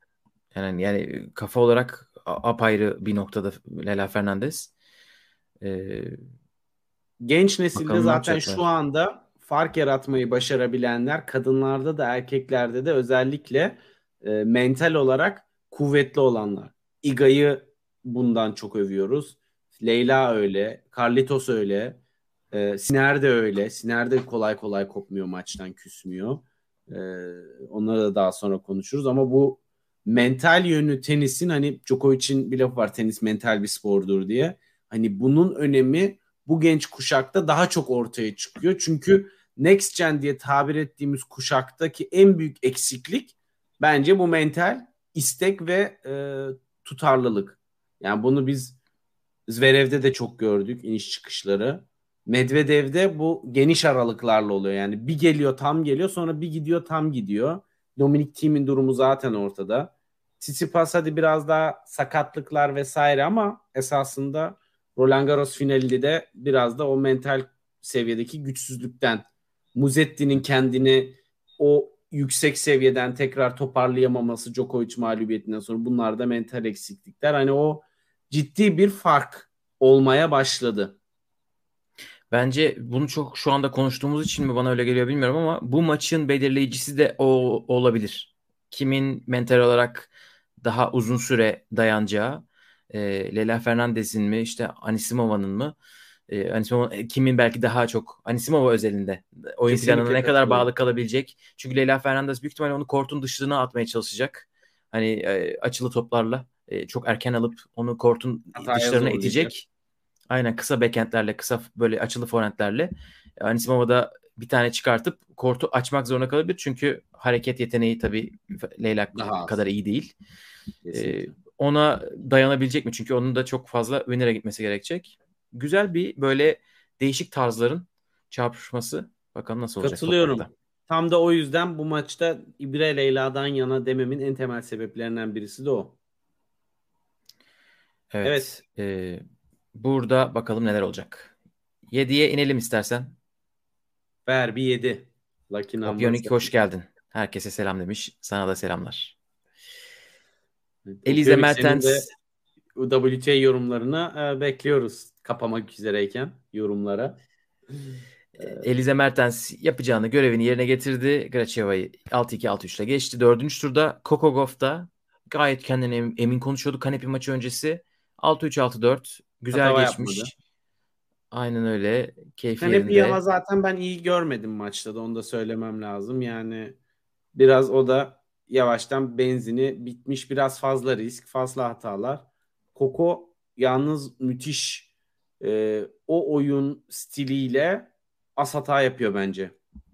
Yani kafa olarak apayrı bir noktada Lela Fernandez. Ee, Genç nesilde Bakalım ne zaten şu yapacaklar. anda fark yaratmayı başarabilenler kadınlarda da erkeklerde de özellikle mental olarak kuvvetli olanlar. Iga'yı bundan çok övüyoruz. Leyla öyle, Carlitos öyle, Sinner de öyle. Sinner de kolay kolay kopmuyor maçtan küsmüyor. E, Onları da daha sonra konuşuruz ama bu mental yönü tenisin hani Djokovic'in bir lafı var tenis mental bir spordur diye. Hani bunun önemi bu genç kuşakta daha çok ortaya çıkıyor. Çünkü Next Gen diye tabir ettiğimiz kuşaktaki en büyük eksiklik bence bu mental istek ve tutarlılık. Yani bunu biz Zverev'de de çok gördük iniş çıkışları. Medvedev'de bu geniş aralıklarla oluyor. Yani bir geliyor tam geliyor sonra bir gidiyor tam gidiyor. Dominic Thiem'in durumu zaten ortada. Tsitsipas hadi biraz daha sakatlıklar vesaire ama esasında Roland Garros finalinde de biraz da o mental seviyedeki güçsüzlükten Musetti'nin kendini o yüksek seviyeden tekrar toparlayamaması Djokovic mağlubiyetinden sonra bunlar da mental eksiklikler. Hani o ciddi bir fark olmaya başladı. Bence bunu çok şu anda konuştuğumuz için mi bana öyle geliyor bilmiyorum ama bu maçın belirleyicisi de o olabilir. Kimin mental olarak daha uzun süre dayanacağı, Leyla Fernandez'in mi işte Anisimova'nın mı? Kimin belki daha çok Anisimova özelinde oyun planına Kesinlikle ne kadar katılıyorum. bağlı kalabilecek? Çünkü Leyla Fernandez büyük ihtimalle onu kortun dışına atmaya çalışacak. Hani açılı toplarla çok erken alıp onu kortun Hataya dışlarına zorlayacak. itecek. Aynen kısa backhandlerle, kısa böyle açılı forehandlerle Anisimova da bir tane çıkartıp kortu açmak zorunda kalabilir. Çünkü hareket yeteneği tabii Leyla Daha kadar az. iyi değil. Ee, Kesinlikle. Ona dayanabilecek mi? Çünkü onun da çok fazla winner'e gitmesi gerekecek. Güzel bir böyle değişik tarzların çarpışması. Bakalım nasıl olacak toprakta. Katılıyorum. Tam da o yüzden bu maçta İbre Leyla'dan yana dememin en temel sebeplerinden birisi de o. Evet. Evet. Burada bakalım neler olacak. 7'ye inelim istersen. Ver bir 7. Lucky number Opionik hoş 7. geldin. Herkese selam demiş. Sana da selamlar. Elize Okuyorduk senin de Mertens. WTA yorumlarını bekliyoruz kapamak üzereyken yorumlara. E, Elize Mertens yapacağını, görevini yerine getirdi. Gracheva'yı 6-2 6-3 ile geçti. Dördüncü turda Coco Gauff da gayet kendine emin konuşuyordu Kanepi maçı öncesi. 6-3 6-4 güzel Tatava yapmadı. geçmiş. Aynen öyle. Keyfi Kanepi'yi ama yerinde. zaten ben iyi görmedim maçta da onu da söylemem lazım. Yani biraz o da yavaştan benzini bitmiş biraz fazla risk fazla hatalar. Koko yalnız müthiş o oyun stiliyle az hata yapıyor bence.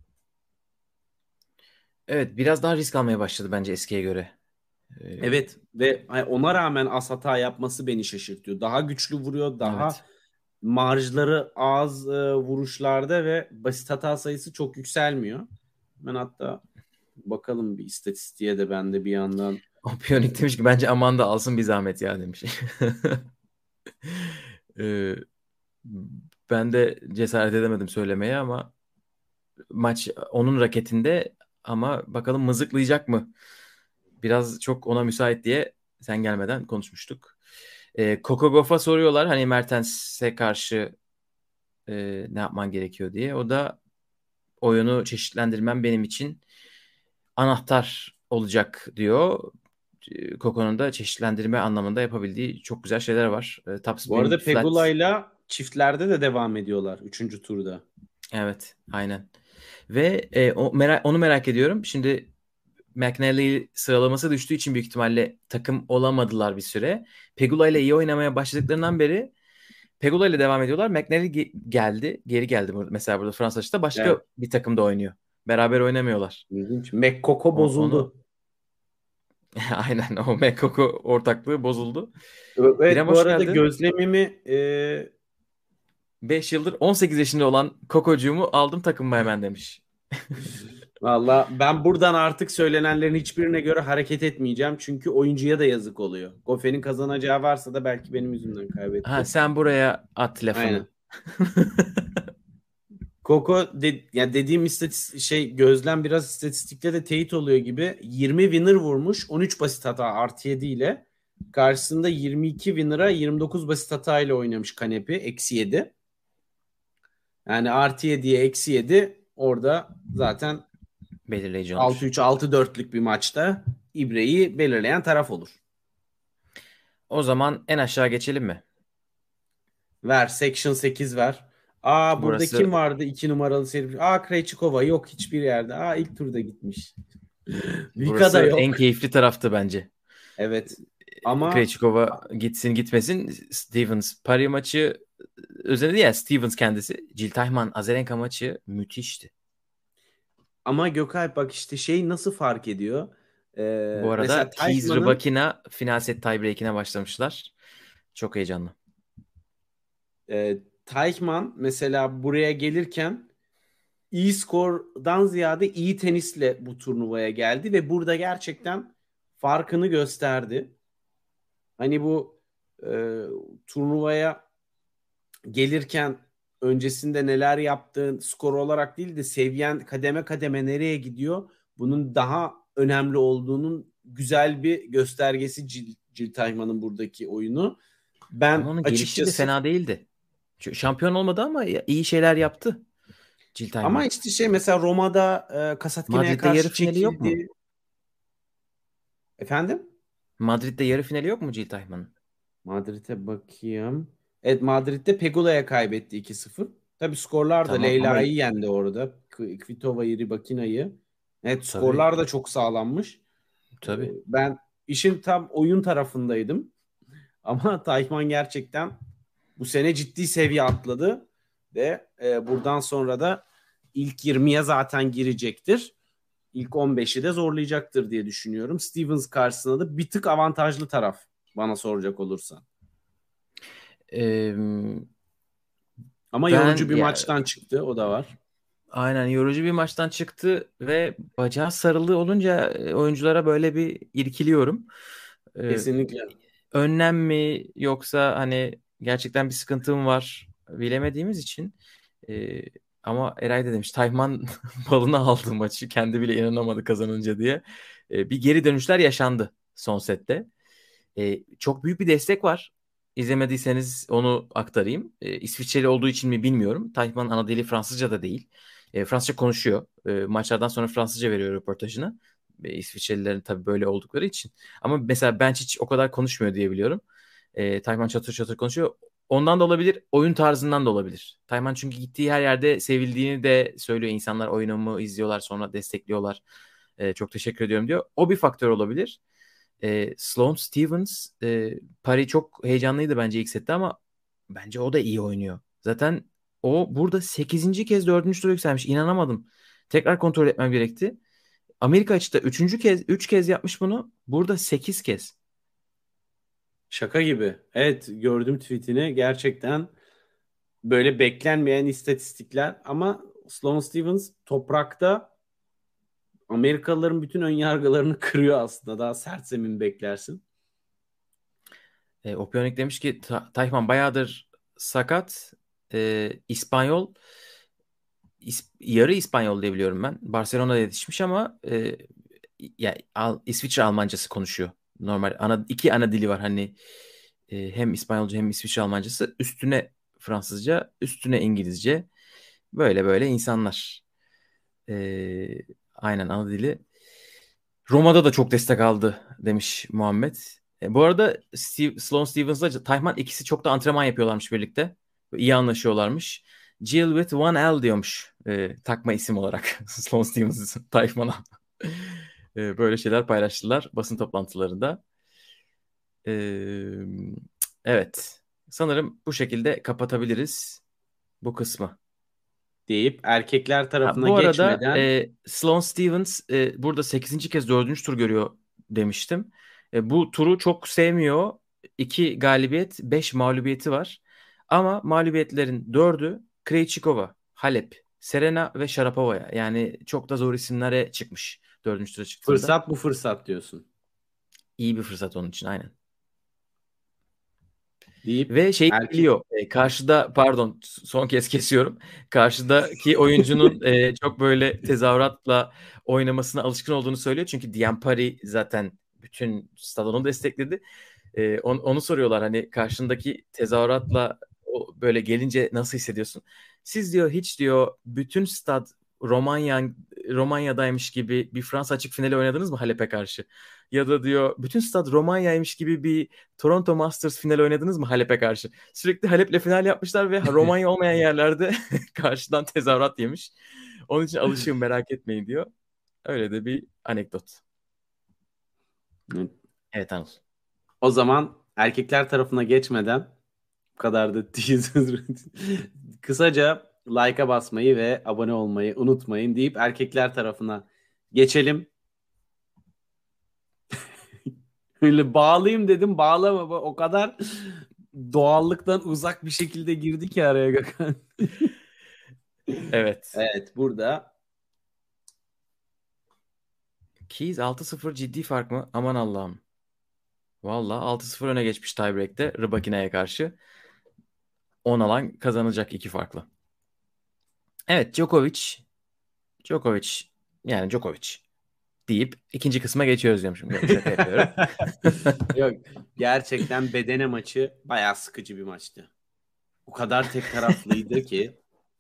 Evet biraz daha risk almaya başladı bence eskiye göre. Ee, Evet ve ona rağmen az hata yapması beni şaşırtıyor. Daha güçlü vuruyor, daha evet. marjları az vuruşlarda ve basit hata sayısı çok yükselmiyor. Ben hatta bakalım bir istatistiğe de ben de bir yandan. e, Opionik demiş ki bence Amanda alsın bir zahmet ya demiş. Ee, Ben de cesaret edemedim söylemeye ama maç onun raketinde Ama bakalım mızıklayacak mı? Biraz çok ona müsait diye sen gelmeden konuşmuştuk. Coco Gauff'a soruyorlar hani Mertens'e karşı ne yapman gerekiyor diye. O da oyunu çeşitlendirmem benim için anahtar olacak diyor. Coco'nun da çeşitlendirme anlamında yapabildiği çok güzel şeyler var. Top Bu spin, arada flat. Pegula'yla çiftlerde de devam ediyorlar 3. turda. Evet, aynen. Ve onu merak ediyorum. Şimdi McNally sıralaması düştüğü için büyük ihtimalle takım olamadılar bir süre. Pegula ile iyi oynamaya başladıklarından beri Pegula ile devam ediyorlar. McNally geldi. Geri geldi mesela burada Fransa açıkta. Başka Evet. bir takımda oynuyor. Beraber oynamıyorlar. İlginç. McCoco Onu bozuldu. aynen o Mekoko ortaklığı bozuldu. İrem Evet, bu hoş arada geldin. gözlemimi 5 yıldır 18 yaşında olan Kokocuğumu aldım takımıma hemen demiş. valla ben buradan artık söylenenlerin hiçbirine göre hareket etmeyeceğim. Çünkü oyuncuya da yazık oluyor. Goffe'nin kazanacağı varsa da belki benim yüzümden Ha kaybetti. sen buraya at lafını. Aynen. Ya dediğim gözlem biraz istatistikle de teyit oluyor gibi. 20 winner vurmuş, 13 basit hata artı 7 ile. Karşısında 22 winner'a 29 basit hata ile oynamış Kanepi eksi 7. Yani artı 7'ye eksi 7 orada zaten Belirleyici olmuş. 6-3 6-4'lük bir maçta ibreyi belirleyen taraf olur. O zaman en aşağı geçelim mi? Ver Section 8 ver. Aa, burada kim Burası vardı 2 numaralı seri? Aa, Krejcikova yok hiçbir yerde. Aa, ilk turda gitmiş. Vika da burası en yok. keyifli taraftı bence. Evet. Ama Krejcikova gitsin gitmesin. Stevens Paris maçı özellikle ya Stevens kendisi. Jill Teichmann Azarenka maçı müthişti. Gökalp bak işte nasıl fark ediyor? Bu Mesela arada Keys Teichmann'ın Rybakina final set tiebreak'ine başlamışlar. Çok heyecanlı. Teichmann mesela buraya gelirken iyi skordan ziyade iyi tenisle bu turnuvaya geldi ve burada gerçekten farkını gösterdi. Hani bu turnuvaya gelirken öncesinde neler yaptığın skor olarak değil de seviyen kademe kademe nereye gidiyor? Bunun daha önemli olduğunun güzel bir göstergesi Jill Teichmann'ın buradaki oyunu. Ama Ben onun gelişi de açıkçası fena değildi. Şampiyon olmadı ama iyi şeyler yaptı Jill ama Teichmann. işte mesela Roma'da Kasatkina'ya Madrid'de yarı karşı finali yok mu? çekildi. Efendim? Madrid'de yarı finali yok mu Jill Teichmann'ın? Madrid'e bakayım. Evet, Madrid'de Pegula'ya kaybetti 2-0. Tabii skorlar da Tamam ama Leyla'yı yendi orada. Kvitova'yı, Rybakina'yı. Evet, tabii skorlar da çok sağlanmış. tabii. Ben işin tam oyun tarafındaydım. Ama Tayfman gerçekten bu sene ciddi seviye atladı. Ve buradan sonra da ilk 20'ye zaten girecektir. İlk 15'i de zorlayacaktır diye düşünüyorum. Stevens karşısında da bir tık avantajlı taraf bana soracak olursan. Ee, Ama yorucu ben bir ya maçtan çıktı. O da var. aynen yorucu bir maçtan çıktı ve bacağı sarılı olunca oyunculara böyle bir irkiliyorum. Ee, Kesinlikle. önlem mi yoksa hani gerçekten bir sıkıntım var bilemediğimiz için. Ee, ama Eray da demiş Tayman balına aldı maçı kendi bile inanamadı kazanınca diye. Bir geri dönüşler yaşandı son sette. Çok büyük bir destek var. İzlemediyseniz onu aktarayım. İsviçreli olduğu için mi bilmiyorum. Tayfman ana dili Fransızca da değil. Fransızca konuşuyor. Maçlardan sonra Fransızca veriyor röportajını. İsviçrelilerin tabii böyle oldukları için. Ama mesela Bench hiç o kadar konuşmuyor diye biliyorum. Tayfman çatır çatır konuşuyor. Ondan da olabilir, oyun tarzından da olabilir. Tayman çünkü gittiği her yerde sevildiğini de söylüyor. İnsanlar oyunumu izliyorlar sonra destekliyorlar. Çok teşekkür ediyorum diyor. O bir faktör olabilir. Sloane Stevens Paris çok heyecanlıydı bence ilk sette ama bence o da iyi oynuyor. Zaten o burada sekizinci kez 4. tura yükselmiş. İnanamadım. Tekrar kontrol etmem gerekti. Amerika açıkta 3 kez yapmış bunu. Burada 8 kez. Şaka gibi. Evet, gördüm tweetini. Gerçekten böyle beklenmeyen istatistikler ama Sloane Stevens toprakta Amerikalıların bütün ön yargılarını kırıyor aslında. Daha sert zemin beklersin. Opionik demiş ki Tayfan bayağıdır sakat. İspanyol yarı İspanyol diye biliyorum ben. Barcelona'da yetişmiş ama İsviçre Almancası konuşuyor. Normal iki ana dili var hani, hem İspanyolca hem İsviçre Almancası, üstüne Fransızca, üstüne İngilizce, böyle böyle insanlar. E, aynen ana dili. Roma'da da çok destek aldı demiş Muhammed. Bu arada Sloane Stephens'la Tayfman ikisi çok da antrenman yapıyorlarmış birlikte. İyi anlaşıyorlarmış. Jill with one L diyormuş takma isim olarak Sloane Stephens Tayfman'a. Böyle şeyler paylaştılar basın toplantılarında. E, evet. Sanırım bu şekilde kapatabiliriz bu kısmı. Deyip erkekler tarafına Bu arada geçmeden Sloane Stephens burada 8. kez 4. tur görüyor demiştim. Bu turu çok sevmiyor. 2 galibiyet, 5 mağlubiyeti var. Ama mağlubiyetlerin 4'ü Krejcikova, Halep, Serena ve Sharapova'ya. Yani çok da zor isimlere çıkmış 4. tura çıktığında. fırsat bu fırsat diyorsun. İyi bir fırsat onun için, aynen. Deyip Ve biliyor. Karşıda, pardon son kez kesiyorum. Karşıdaki oyuncunun çok böyle tezahüratla oynamasına alışkın olduğunu söylüyor. Çünkü Diampari zaten bütün stad onu destekledi. Onu soruyorlar, hani karşındaki tezahüratla böyle gelince nasıl hissediyorsun? Siz diyor hiç diyor bütün stad Romanya'daymış gibi bir Fransa açık finali oynadınız mı Halep'e karşı? Ya da diyor bütün stad Romanya'ymış gibi bir Toronto Masters finali oynadınız mı Halep'e karşı? Sürekli Halep'le final yapmışlar ve Romanya olmayan yerlerde karşıdan tezahürat yemiş. Onun için alışığım, merak etmeyin diyor. Öyle de bir anekdot. Evet Anıl. O zaman erkekler tarafına geçmeden bu kadar da teaser kısaca like'a basmayı ve abone olmayı unutmayın deyip erkekler tarafına geçelim. Öyle bağlayayım dedim, bağlama. O kadar doğallıktan uzak bir şekilde girdi ki araya Gökhan. Evet. Evet, burada Keys 6-0 ciddi fark mı? Aman Allah'ım. Valla 6-0 öne geçmiş tiebreak'te Rybakina'ya karşı. 10 alan kazanacak 2 farklı. Evet, Djokovic yani Djokovic deyip ikinci kısma geçiyoruz diyormuşum. Yok, şaka yapıyorum. yok, gerçekten Bedene maçı bayağı sıkıcı bir maçtı. O kadar tek taraflıydı ki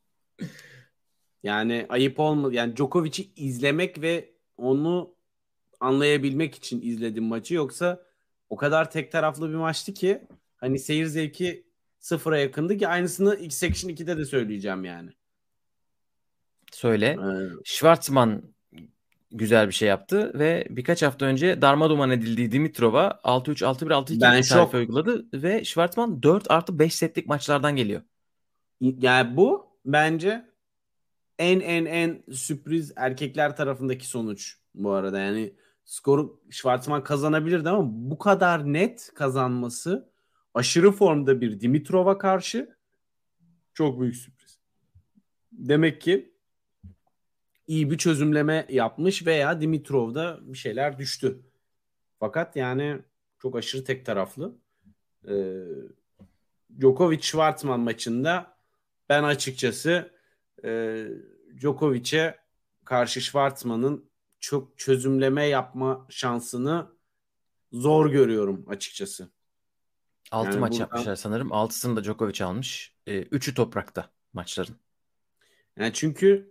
yani ayıp olmadı. Yani Djokovic'i izlemek ve onu anlayabilmek için izledim maçı. Yoksa o kadar tek taraflı bir maçtı ki hani seyir zevki sıfıra yakındı ki aynısını X-Section 2'de de söyleyeceğim yani. Söyle. Schwartzman güzel bir şey yaptı ve birkaç hafta önce darmaduman edildiği Dimitrova 6-3, 6-1, 6-2 Ben tarife şok. uyguladı ve Schwartzman 4+5 setlik maçlardan geliyor. Yani bu bence en sürpriz erkekler tarafındaki sonuç bu arada. Yani skoru Schwartzman kazanabilirdi ama bu kadar net kazanması aşırı formda bir Dimitrova karşı çok büyük sürpriz. Demek ki iyi bir çözümleme yapmış veya Dimitrov'da bir şeyler düştü. Fakat yani çok aşırı tek taraflı. Djokovic-Schwartzman maçında ben açıkçası Djokovic'e karşı Schwartzman'ın çok çözümleme yapma şansını zor görüyorum açıkçası. 6 Yani maç buradan, yapmışlar sanırım. 6'sını da Djokovic almış. 3'ü toprakta maçların. yani çünkü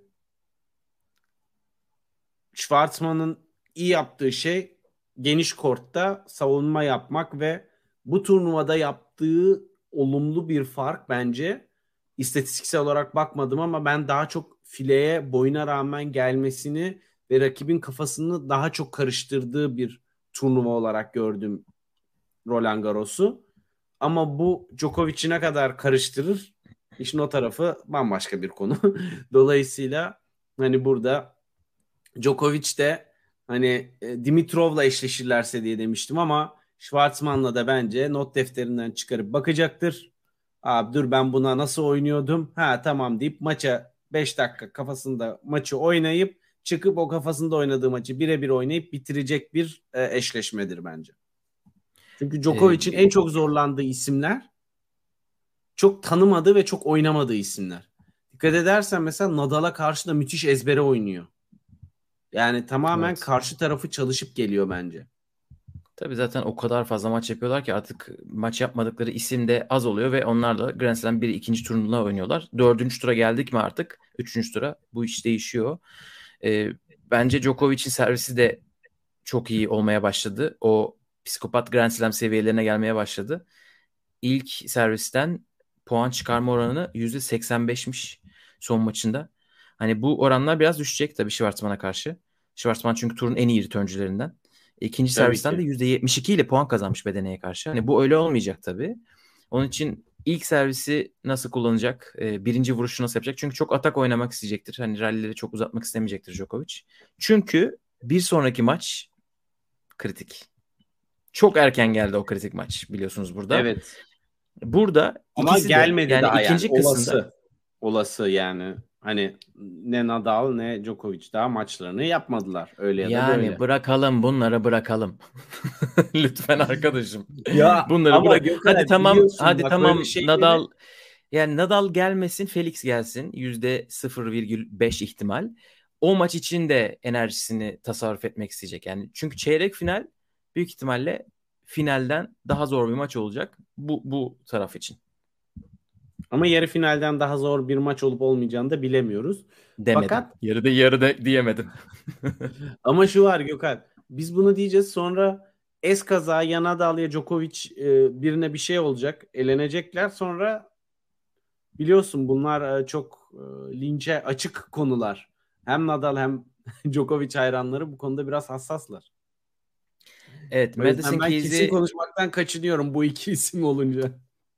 Schwartzman'ın iyi yaptığı şey geniş kortta savunma yapmak ve bu turnuvada yaptığı olumlu bir fark bence. İstatistiksel olarak bakmadım ama ben daha çok fileye boyuna rağmen gelmesini ve rakibin kafasını daha çok karıştırdığı bir turnuva olarak gördüm Roland Garros'u. Ama bu Djokovic'i ne kadar karıştırır? İşin o tarafı bambaşka bir konu. Dolayısıyla hani burada Djokovic de hani Dimitrov'la eşleşirlerse diye demiştim ama Schwartzman'la da bence not defterinden çıkarıp bakacaktır. Abi dur ben buna nasıl oynuyordum? Ha tamam deyip maça 5 dakika kafasında maçı oynayıp çıkıp o kafasında oynadığı maçı birebir oynayıp bitirecek bir eşleşmedir bence. Çünkü Djokovic'in en çok zorlandığı isimler çok tanımadığı ve çok oynamadığı isimler. dikkat edersen mesela Nadal'a karşı da müthiş ezbere oynuyor. Yani tamamen Evet. karşı tarafı çalışıp geliyor bence. Tabii zaten o kadar fazla maç yapıyorlar ki artık maç yapmadıkları isim de az oluyor ve onlar da Grand Slam 1. ikinci turuna oynuyorlar. 4. tura geldik mi artık? 3. tura bu iş değişiyor. Ee, Bence Djokovic'in servisi de çok iyi olmaya başladı. O psikopat Grand Slam seviyelerine gelmeye başladı. İlk servisten puan çıkarma oranı %85'miş son maçında. Hani bu oranlar biraz düşecek tabii Schwartzman'a karşı. Schwartzman çünkü turun en iyi returncülerinden. İkinci Tabii servisten de ki. %72 ile puan kazanmış Bedene'ye karşı. Hani bu öyle olmayacak tabii. Onun için ilk servisi nasıl kullanacak? Birinci vuruşu nasıl yapacak? Çünkü çok atak oynamak isteyecektir. Hani rallileri çok uzatmak istemeyecektir Djokovic. Çünkü bir sonraki maç kritik. Çok erken geldi o kritik maç biliyorsunuz burada. Evet. Burada Ama ikisi de gelmedi yani daha yani. ikinci kısımda Olası yani. Hani ne Nadal ne Djokovic daha maçlarını yapmadılar. Öyle ya da yani böyle. bırakalım bunları bırakalım. Lütfen arkadaşım. Ya Bunları ama bırak. Hadi Gökhan tamam, biliyorsun hadi bak böyle tamam şeyleri. Nadal, yani Nadal gelmesin, Felix gelsin. %0,5 ihtimal. O maç için de enerjisini tasarruf etmek isteyecek. Yani çünkü çeyrek final büyük ihtimalle finalden daha zor bir maç olacak bu taraf için. Ama yarı finalden daha zor bir maç olup olmayacağını da bilemiyoruz. Demedim. Fakat Yarıda diyemedim. ama şu var Gökhan. Biz bunu diyeceğiz sonra eskaza ya Nadal ya Djokovic birine bir şey olacak. Elenecekler. Sonra biliyorsun bunlar çok linçe açık konular. Hem Nadal hem Djokovic hayranları bu konuda biraz hassaslar. Evet, O yüzden Madison ben kesin Keys'i konuşmaktan kaçınıyorum bu iki isim olunca.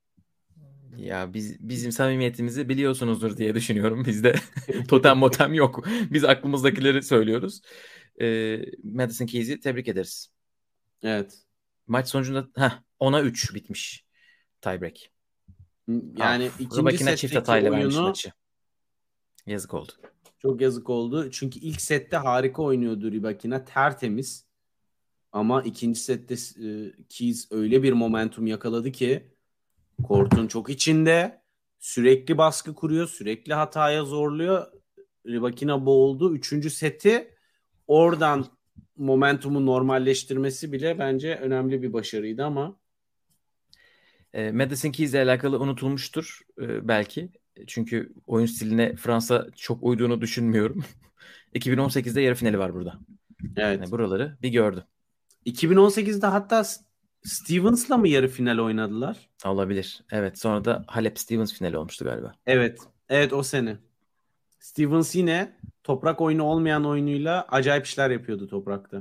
ya bizim samimiyetimizi biliyorsunuzdur diye düşünüyorum. Bizde totem motem yok. Biz aklımızdakileri söylüyoruz. Madison Keys'i tebrik ederiz. Evet. Maç sonucunda 10'a 3 bitmiş tiebreak. Yani ikinci Rybakina çift setteki hatayla vermiş oyunu maçı. Yazık oldu. çok yazık oldu. Çünkü ilk sette harika oynuyordu Rybakina. Tertemiz. Ama ikinci sette Keys öyle bir momentum yakaladı ki kortun çok içinde sürekli baskı kuruyor. Sürekli hataya zorluyor. Rybakina boğuldu. Üçüncü seti oradan momentumu normalleştirmesi bile bence önemli bir başarıydı ama Madison Keys ile alakalı unutulmuştur belki. Çünkü oyun stiline Fransa çok uyduğunu düşünmüyorum. 2018'de yarı finali var burada. Yani evet. buraları bir gördü. 2018'de hatta Stevens'la mı yarı final oynadılar? Olabilir. Evet. Sonra da Halep Stevens finali olmuştu galiba. Evet. Evet o sene. Stevens yine toprak oyunu olmayan oyunuyla acayip işler yapıyordu toprakta.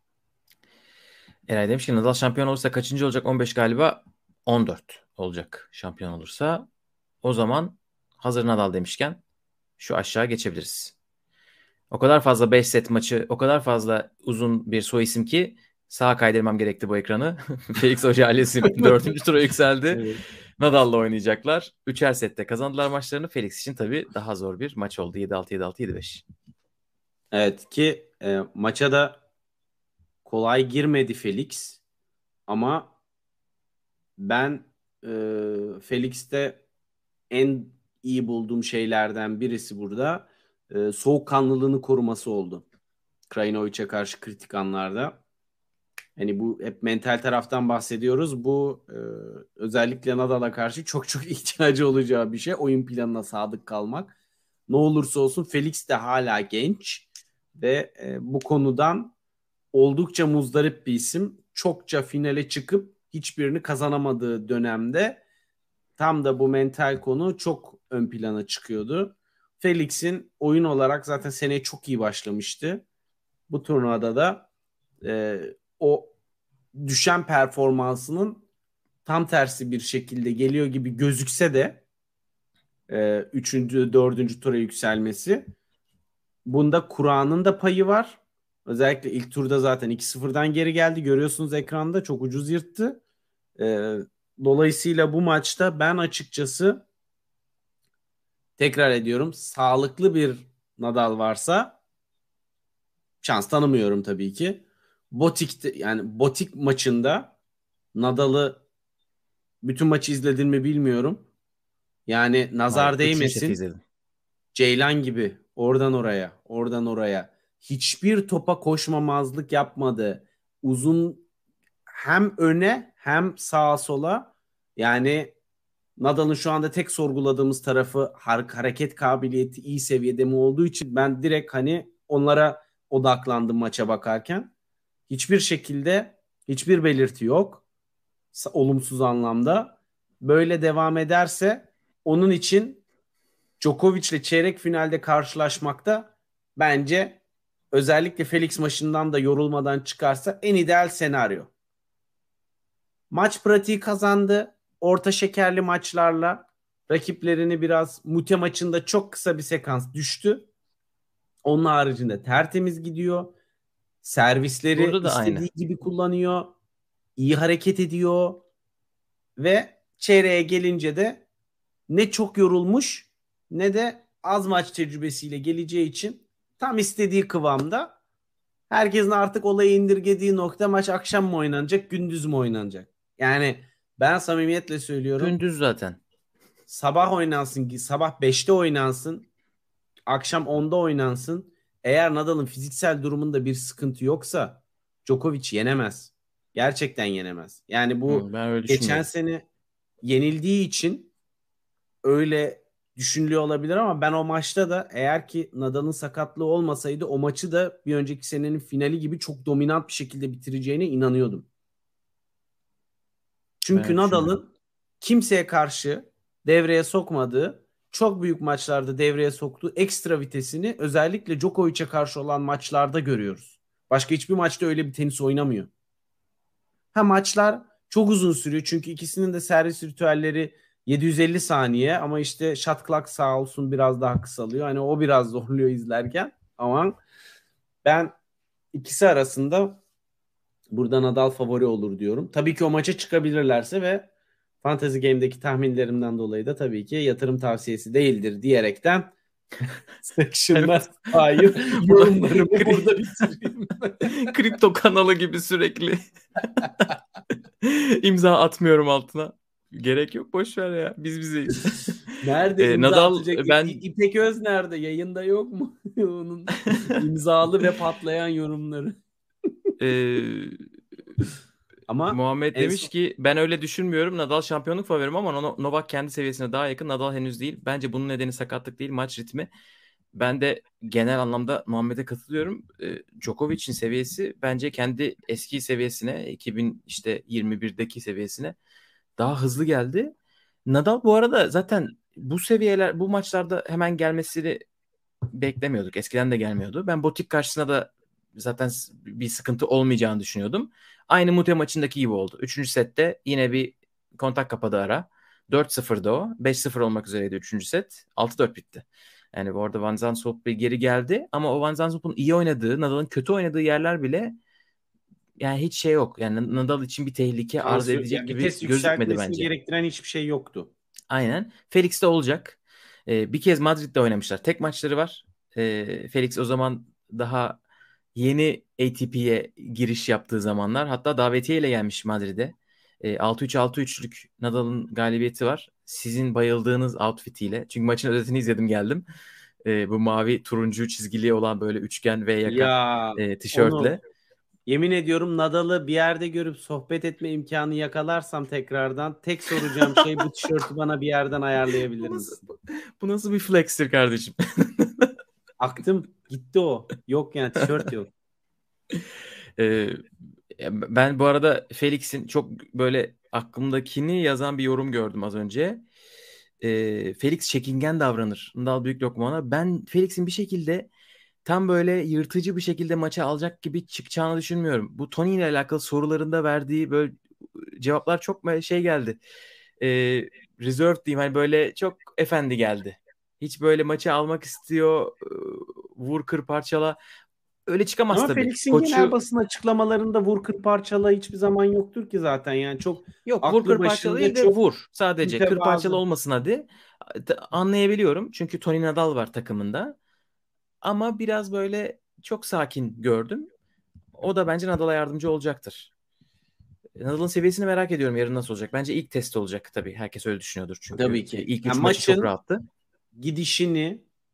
Eray demiş ki Nadal şampiyon olursa kaçıncı olacak? 15 galiba. 14 olacak şampiyon olursa. O zaman hazır Nadal demişken şu aşağı geçebiliriz. O kadar fazla 5 set maçı, o kadar fazla uzun bir soy isim ki sağa kaydırmam gerekti bu ekranı. Felix Auger-Aliassime 4. tura yükseldi. Evet. Nadal'la oynayacaklar. Üçer sette kazandılar maçlarını. Felix için tabii daha zor bir maç oldu. 7-6, 7-6, 7-5. Evet ki maça da kolay girmedi Felix ama ben Felix'te en iyi bulduğum şeylerden birisi burada soğukkanlılığını koruması oldu. Krajinovic'e karşı kritik anlarda. Hani bu hep mental taraftan bahsediyoruz. Bu özellikle Nadal'a karşı çok çok ihtiyacı olacağı bir şey. Oyun planına sadık kalmak. Ne olursa olsun Felix de hala genç ve bu konudan oldukça muzdarip bir isim. Çokça finale çıkıp hiçbirini kazanamadığı dönemde tam da bu mental konu çok ön plana çıkıyordu. Felix'in oyun olarak zaten seneye çok iyi başlamıştı. Bu turnuvada da o düşen performansının tam tersi bir şekilde geliyor gibi gözükse de üçüncü, dördüncü tura yükselmesi. Bunda Kur'an'ın da payı var. Özellikle ilk turda zaten 2-0'dan geri geldi. Görüyorsunuz ekranda çok ucuz yırttı. E, Dolayısıyla bu maçta ben açıkçası tekrar ediyorum sağlıklı bir Nadal varsa şans tanımıyorum tabii ki. Botik maçında Nadal'ı bütün maçı izledin mi bilmiyorum. Yani Hayır. nazar Üçüncü seti değmesin. izledim. Ceylan gibi oradan oraya, oradan oraya. Hiçbir topa koşmamazlık yapmadı. Uzun hem öne hem sağa sola. Yani Nadal'ın şu anda tek sorguladığımız tarafı hareket kabiliyeti iyi seviyede mi olduğu için ben direkt hani onlara odaklandım maça bakarken. Hiçbir şekilde hiçbir belirti yok. Olumsuz anlamda. Böyle devam ederse onun için Djokovic'le çeyrek finalde karşılaşmakta bence özellikle Felix maçından da yorulmadan çıkarsa en ideal senaryo. Maç pratiği kazandı. Orta şekerli maçlarla rakiplerini biraz Mute maçında çok kısa bir sekans düştü. Onun haricinde tertemiz gidiyor. Servisleri Burada da aynı. istediği gibi kullanıyor. İyi hareket ediyor. Ve çeyreğe gelince de ne çok yorulmuş ne de az maç tecrübesiyle geleceği için tam istediği kıvamda. Herkesin artık olayı indirgediği nokta maç akşam mı oynanacak, gündüz mü oynanacak? Yani ben samimiyetle söylüyorum. Gündüz zaten. Sabah oynansın, sabah 5'te oynansın, akşam 10'da oynansın. Eğer Nadal'ın fiziksel durumunda bir sıkıntı yoksa Djokovic yenemez. Gerçekten yenemez. Yani bu Ben öyle geçen düşünmüyorum. sene yenildiği için öyle düşünülüyor olabilir ama ben o maçta da eğer ki Nadal'ın sakatlığı olmasaydı o maçı da bir önceki senenin finali gibi çok dominant bir şekilde bitireceğine inanıyordum. Ben Çünkü öyle düşünmüyorum. Nadal'ın kimseye karşı devreye sokmadığı, çok büyük maçlarda devreye soktuğu ekstra vitesini özellikle Djokovic'e karşı olan maçlarda görüyoruz. Başka hiçbir maçta öyle bir tenis oynamıyor. Ha maçlar çok uzun sürüyor çünkü ikisinin de servis ritüelleri 750 saniye ama işte shot clock sağ olsun biraz daha kısalıyor. Hani o biraz zorluyor izlerken. Ama ben ikisi arasında burada Nadal favori olur diyorum. Tabii ki o maça çıkabilirlerse ve Fantasy Game'deki tahminlerimden dolayı da tabii ki yatırım tavsiyesi değildir diyerekten Section'ına Evet. dair Bu da yorumlarımı burada bitireyim. kripto kanalı gibi sürekli imza atmıyorum altına. Gerek yok, boş ver ya. Biz bizeyiz. Nerede imza Nadal atacak? ben İpek Öz nerede? Yayında yok mu? Onun imzalı ve patlayan yorumları. e, Ama Muhammed en demiş son ki ben öyle düşünmüyorum. Nadal şampiyonluk favorim ama Novak kendi seviyesine daha yakın. Nadal henüz değil. Bence bunun nedeni sakatlık değil, maç ritmi. Ben de genel anlamda Muhammed'e katılıyorum. Djokovic'in seviyesi bence kendi eski seviyesine, 2000 işte 21'deki seviyesine daha hızlı geldi. Nadal bu arada zaten bu seviyeler, bu maçlarda hemen gelmesini beklemiyorduk. Eskiden de gelmiyordu. Ben Botik karşısında da zaten bir sıkıntı olmayacağını düşünüyordum. Aynı Mute maçındaki gibi oldu. Üçüncü sette yine bir kontak kapadı ara. 4-0'da o. 5-0 olmak üzereydi üçüncü set. 6-4 bitti. Yani bu arada Van Zandschulp bir geri geldi. Ama o Van Zandschulp'un iyi oynadığı, Nadal'ın kötü oynadığı yerler bile yani hiç şey yok. Yani Nadal için bir tehlike arz edecek ya gibi vites gözükmedi yükseltmesini bence. gerektiren hiçbir şey yoktu. Aynen. Felix de olacak. Bir kez Madrid'de oynamışlar. Tek maçları var. Felix o zaman daha yeni ATP'ye giriş yaptığı zamanlar. Hatta davetiyeyle gelmiş Madrid'e. 6-3 6-3'lük Nadal'ın galibiyeti var. Sizin bayıldığınız outfitiyle. Çünkü maçın özetini izledim geldim. Bu mavi turuncu çizgili olan böyle üçgen V yaka Ya onu tişörtle. yemin ediyorum Nadal'ı bir yerde görüp sohbet etme imkanı yakalarsam tekrardan tek soracağım şey bu tişörtü bana bir yerden ayarlayabilir Bu nasıl, misin? bu nasıl bir flex'tir kardeşim? Aktım gitti o. Yok yani tişört yok. Ee, Ben bu arada Felix'in çok böyle aklımdakini yazan bir yorum gördüm az önce. Felix çekingen davranır. Nadal büyük lokmana. Ben Felix'in bir şekilde tam böyle yırtıcı bir şekilde maça alacak gibi çıkacağını düşünmüyorum. Bu Tony ile alakalı sorularında verdiği böyle cevaplar çok şey geldi. Reserved diyeyim, hani böyle çok efendi geldi. Hiç böyle maçı almak istiyor, vur kır parçala. Öyle çıkamaz Ama tabii. Felix'in genel Koçu basın açıklamalarında vur kır parçala hiçbir zaman yoktur ki zaten. Yani çok yok, vur aklı kır parçala başında değil de çok vur. Sadece kır parçala mütevazı. olmasın hadi. Anlayabiliyorum. Çünkü Tony Nadal var takımında. Ama biraz böyle çok sakin gördüm. O da bence Nadal'a yardımcı olacaktır. Nadal'ın seviyesini merak ediyorum, yarın nasıl olacak. Bence ilk test olacak tabii. Herkes öyle düşünüyordur çünkü. Tabii ki. İlk Yani üç maçı çok maçın rahattı. gidişini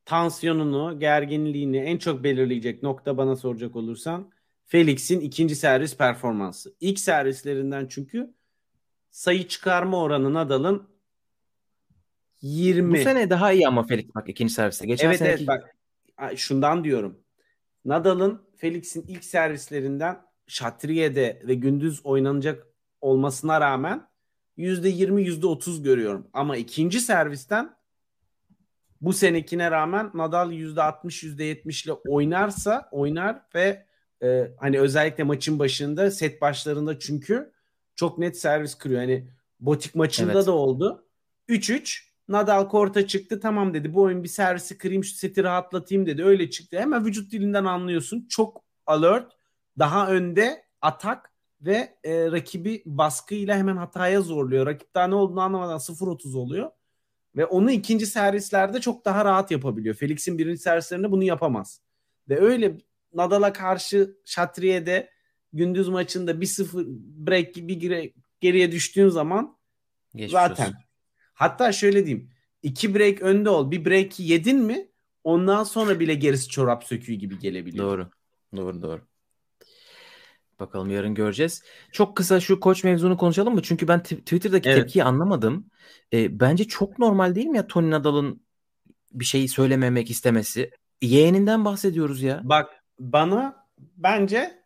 tansiyonunu, gerginliğini en çok belirleyecek nokta bana soracak olursan Felix'in ikinci servis performansı. İlk servislerinden çünkü sayı çıkarma oranı Nadal'ın Bu 20. sene daha iyi ama Felix bak ikinci serviste. Geçen Evet seneki bak şundan diyorum. Nadal'ın Felix'in ilk servislerinden Şatriye'de ve gündüz oynanacak olmasına rağmen %20 %30 görüyorum. Ama ikinci servisten bu senekine rağmen Nadal %60 %70 ile oynar ve hani özellikle maçın başında set başlarında çünkü çok net servis kırıyor. Hani Botik maçında evet. da oldu. 3-3 Nadal korta çıktı. Tamam dedi. Bu oyun bir servisi kırayım şu seti rahatlatayım dedi. Öyle çıktı. Hemen vücut dilinden anlıyorsun. Çok alert. Daha önde atak ve rakibi baskıyla hemen hataya zorluyor. Rakip daha ne olduğunu anlamadan 0-30 oluyor. Ve onu ikinci servislerde çok daha rahat yapabiliyor. Felix'in birinci servislerinde bunu yapamaz. Ve öyle Nadal'a karşı Şatriye'de gündüz maçında 1-0 break bir geriye düştüğün zaman Geçmiş zaten. olsun. Hatta şöyle diyeyim. 2 break önde ol. Bir break yedin mi ondan sonra bile gerisi çorap söküğü gibi gelebiliyor. Doğru. Bakalım yarın göreceğiz. Çok kısa şu koç mevzunu konuşalım mı? Çünkü ben Twitter'daki Evet. tepkiyi anlamadım. Bence çok normal değil mi ya Tony Nadal'ın bir şeyi söylememek istemesi? Yeğeninden bahsediyoruz ya. Bak bana bence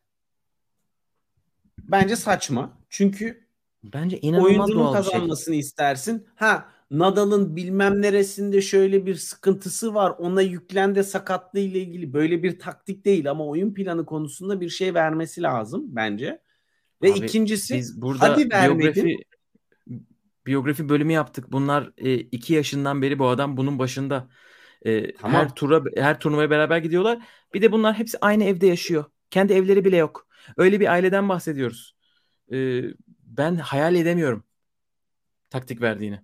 saçma. Çünkü Bence inanılmaz oyuncunun doğal bir şey. kazanmasını istersin. Nadal'ın bilmem neresinde şöyle bir sıkıntısı var. Ona yüklen de sakatlığı ile ilgili böyle bir taktik değil ama oyun planı konusunda bir şey vermesi lazım bence. Ve Abi ikincisi biz burada hadi vermedin. biyografi bölümü yaptık. Bunlar 2 yaşından beri bu adam bunun başında. Tamam. Her turnuvaya beraber gidiyorlar. Bir de bunlar hepsi aynı evde yaşıyor. Kendi evleri bile yok. Öyle bir aileden bahsediyoruz. Ben hayal edemiyorum taktik verdiğini.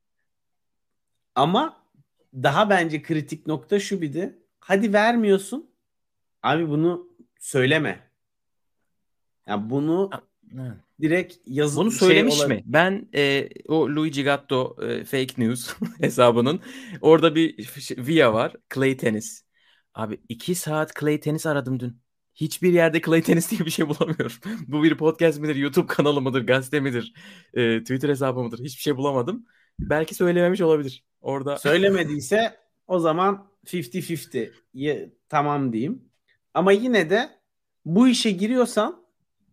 Ama daha bence kritik nokta şu bir de. Hadi vermiyorsun. Abi bunu söyleme. Yani bunu Evet. direkt Bunu söylemiş mi? Ben o Luigi Gatto fake news hesabının orada bir via var. Clay tenis. Abi 2 saat clay tenis aradım dün. Hiçbir yerde clay tenis diye bir şey bulamıyorum. Bu bir podcast midir, YouTube kanalı mıdır, gazete midir, Twitter hesabı mıdır? Hiçbir şey bulamadım. Belki söylememiş olabilir. Orada söylemediyse o zaman 50-50 tamam diyeyim. Ama yine de bu işe giriyorsan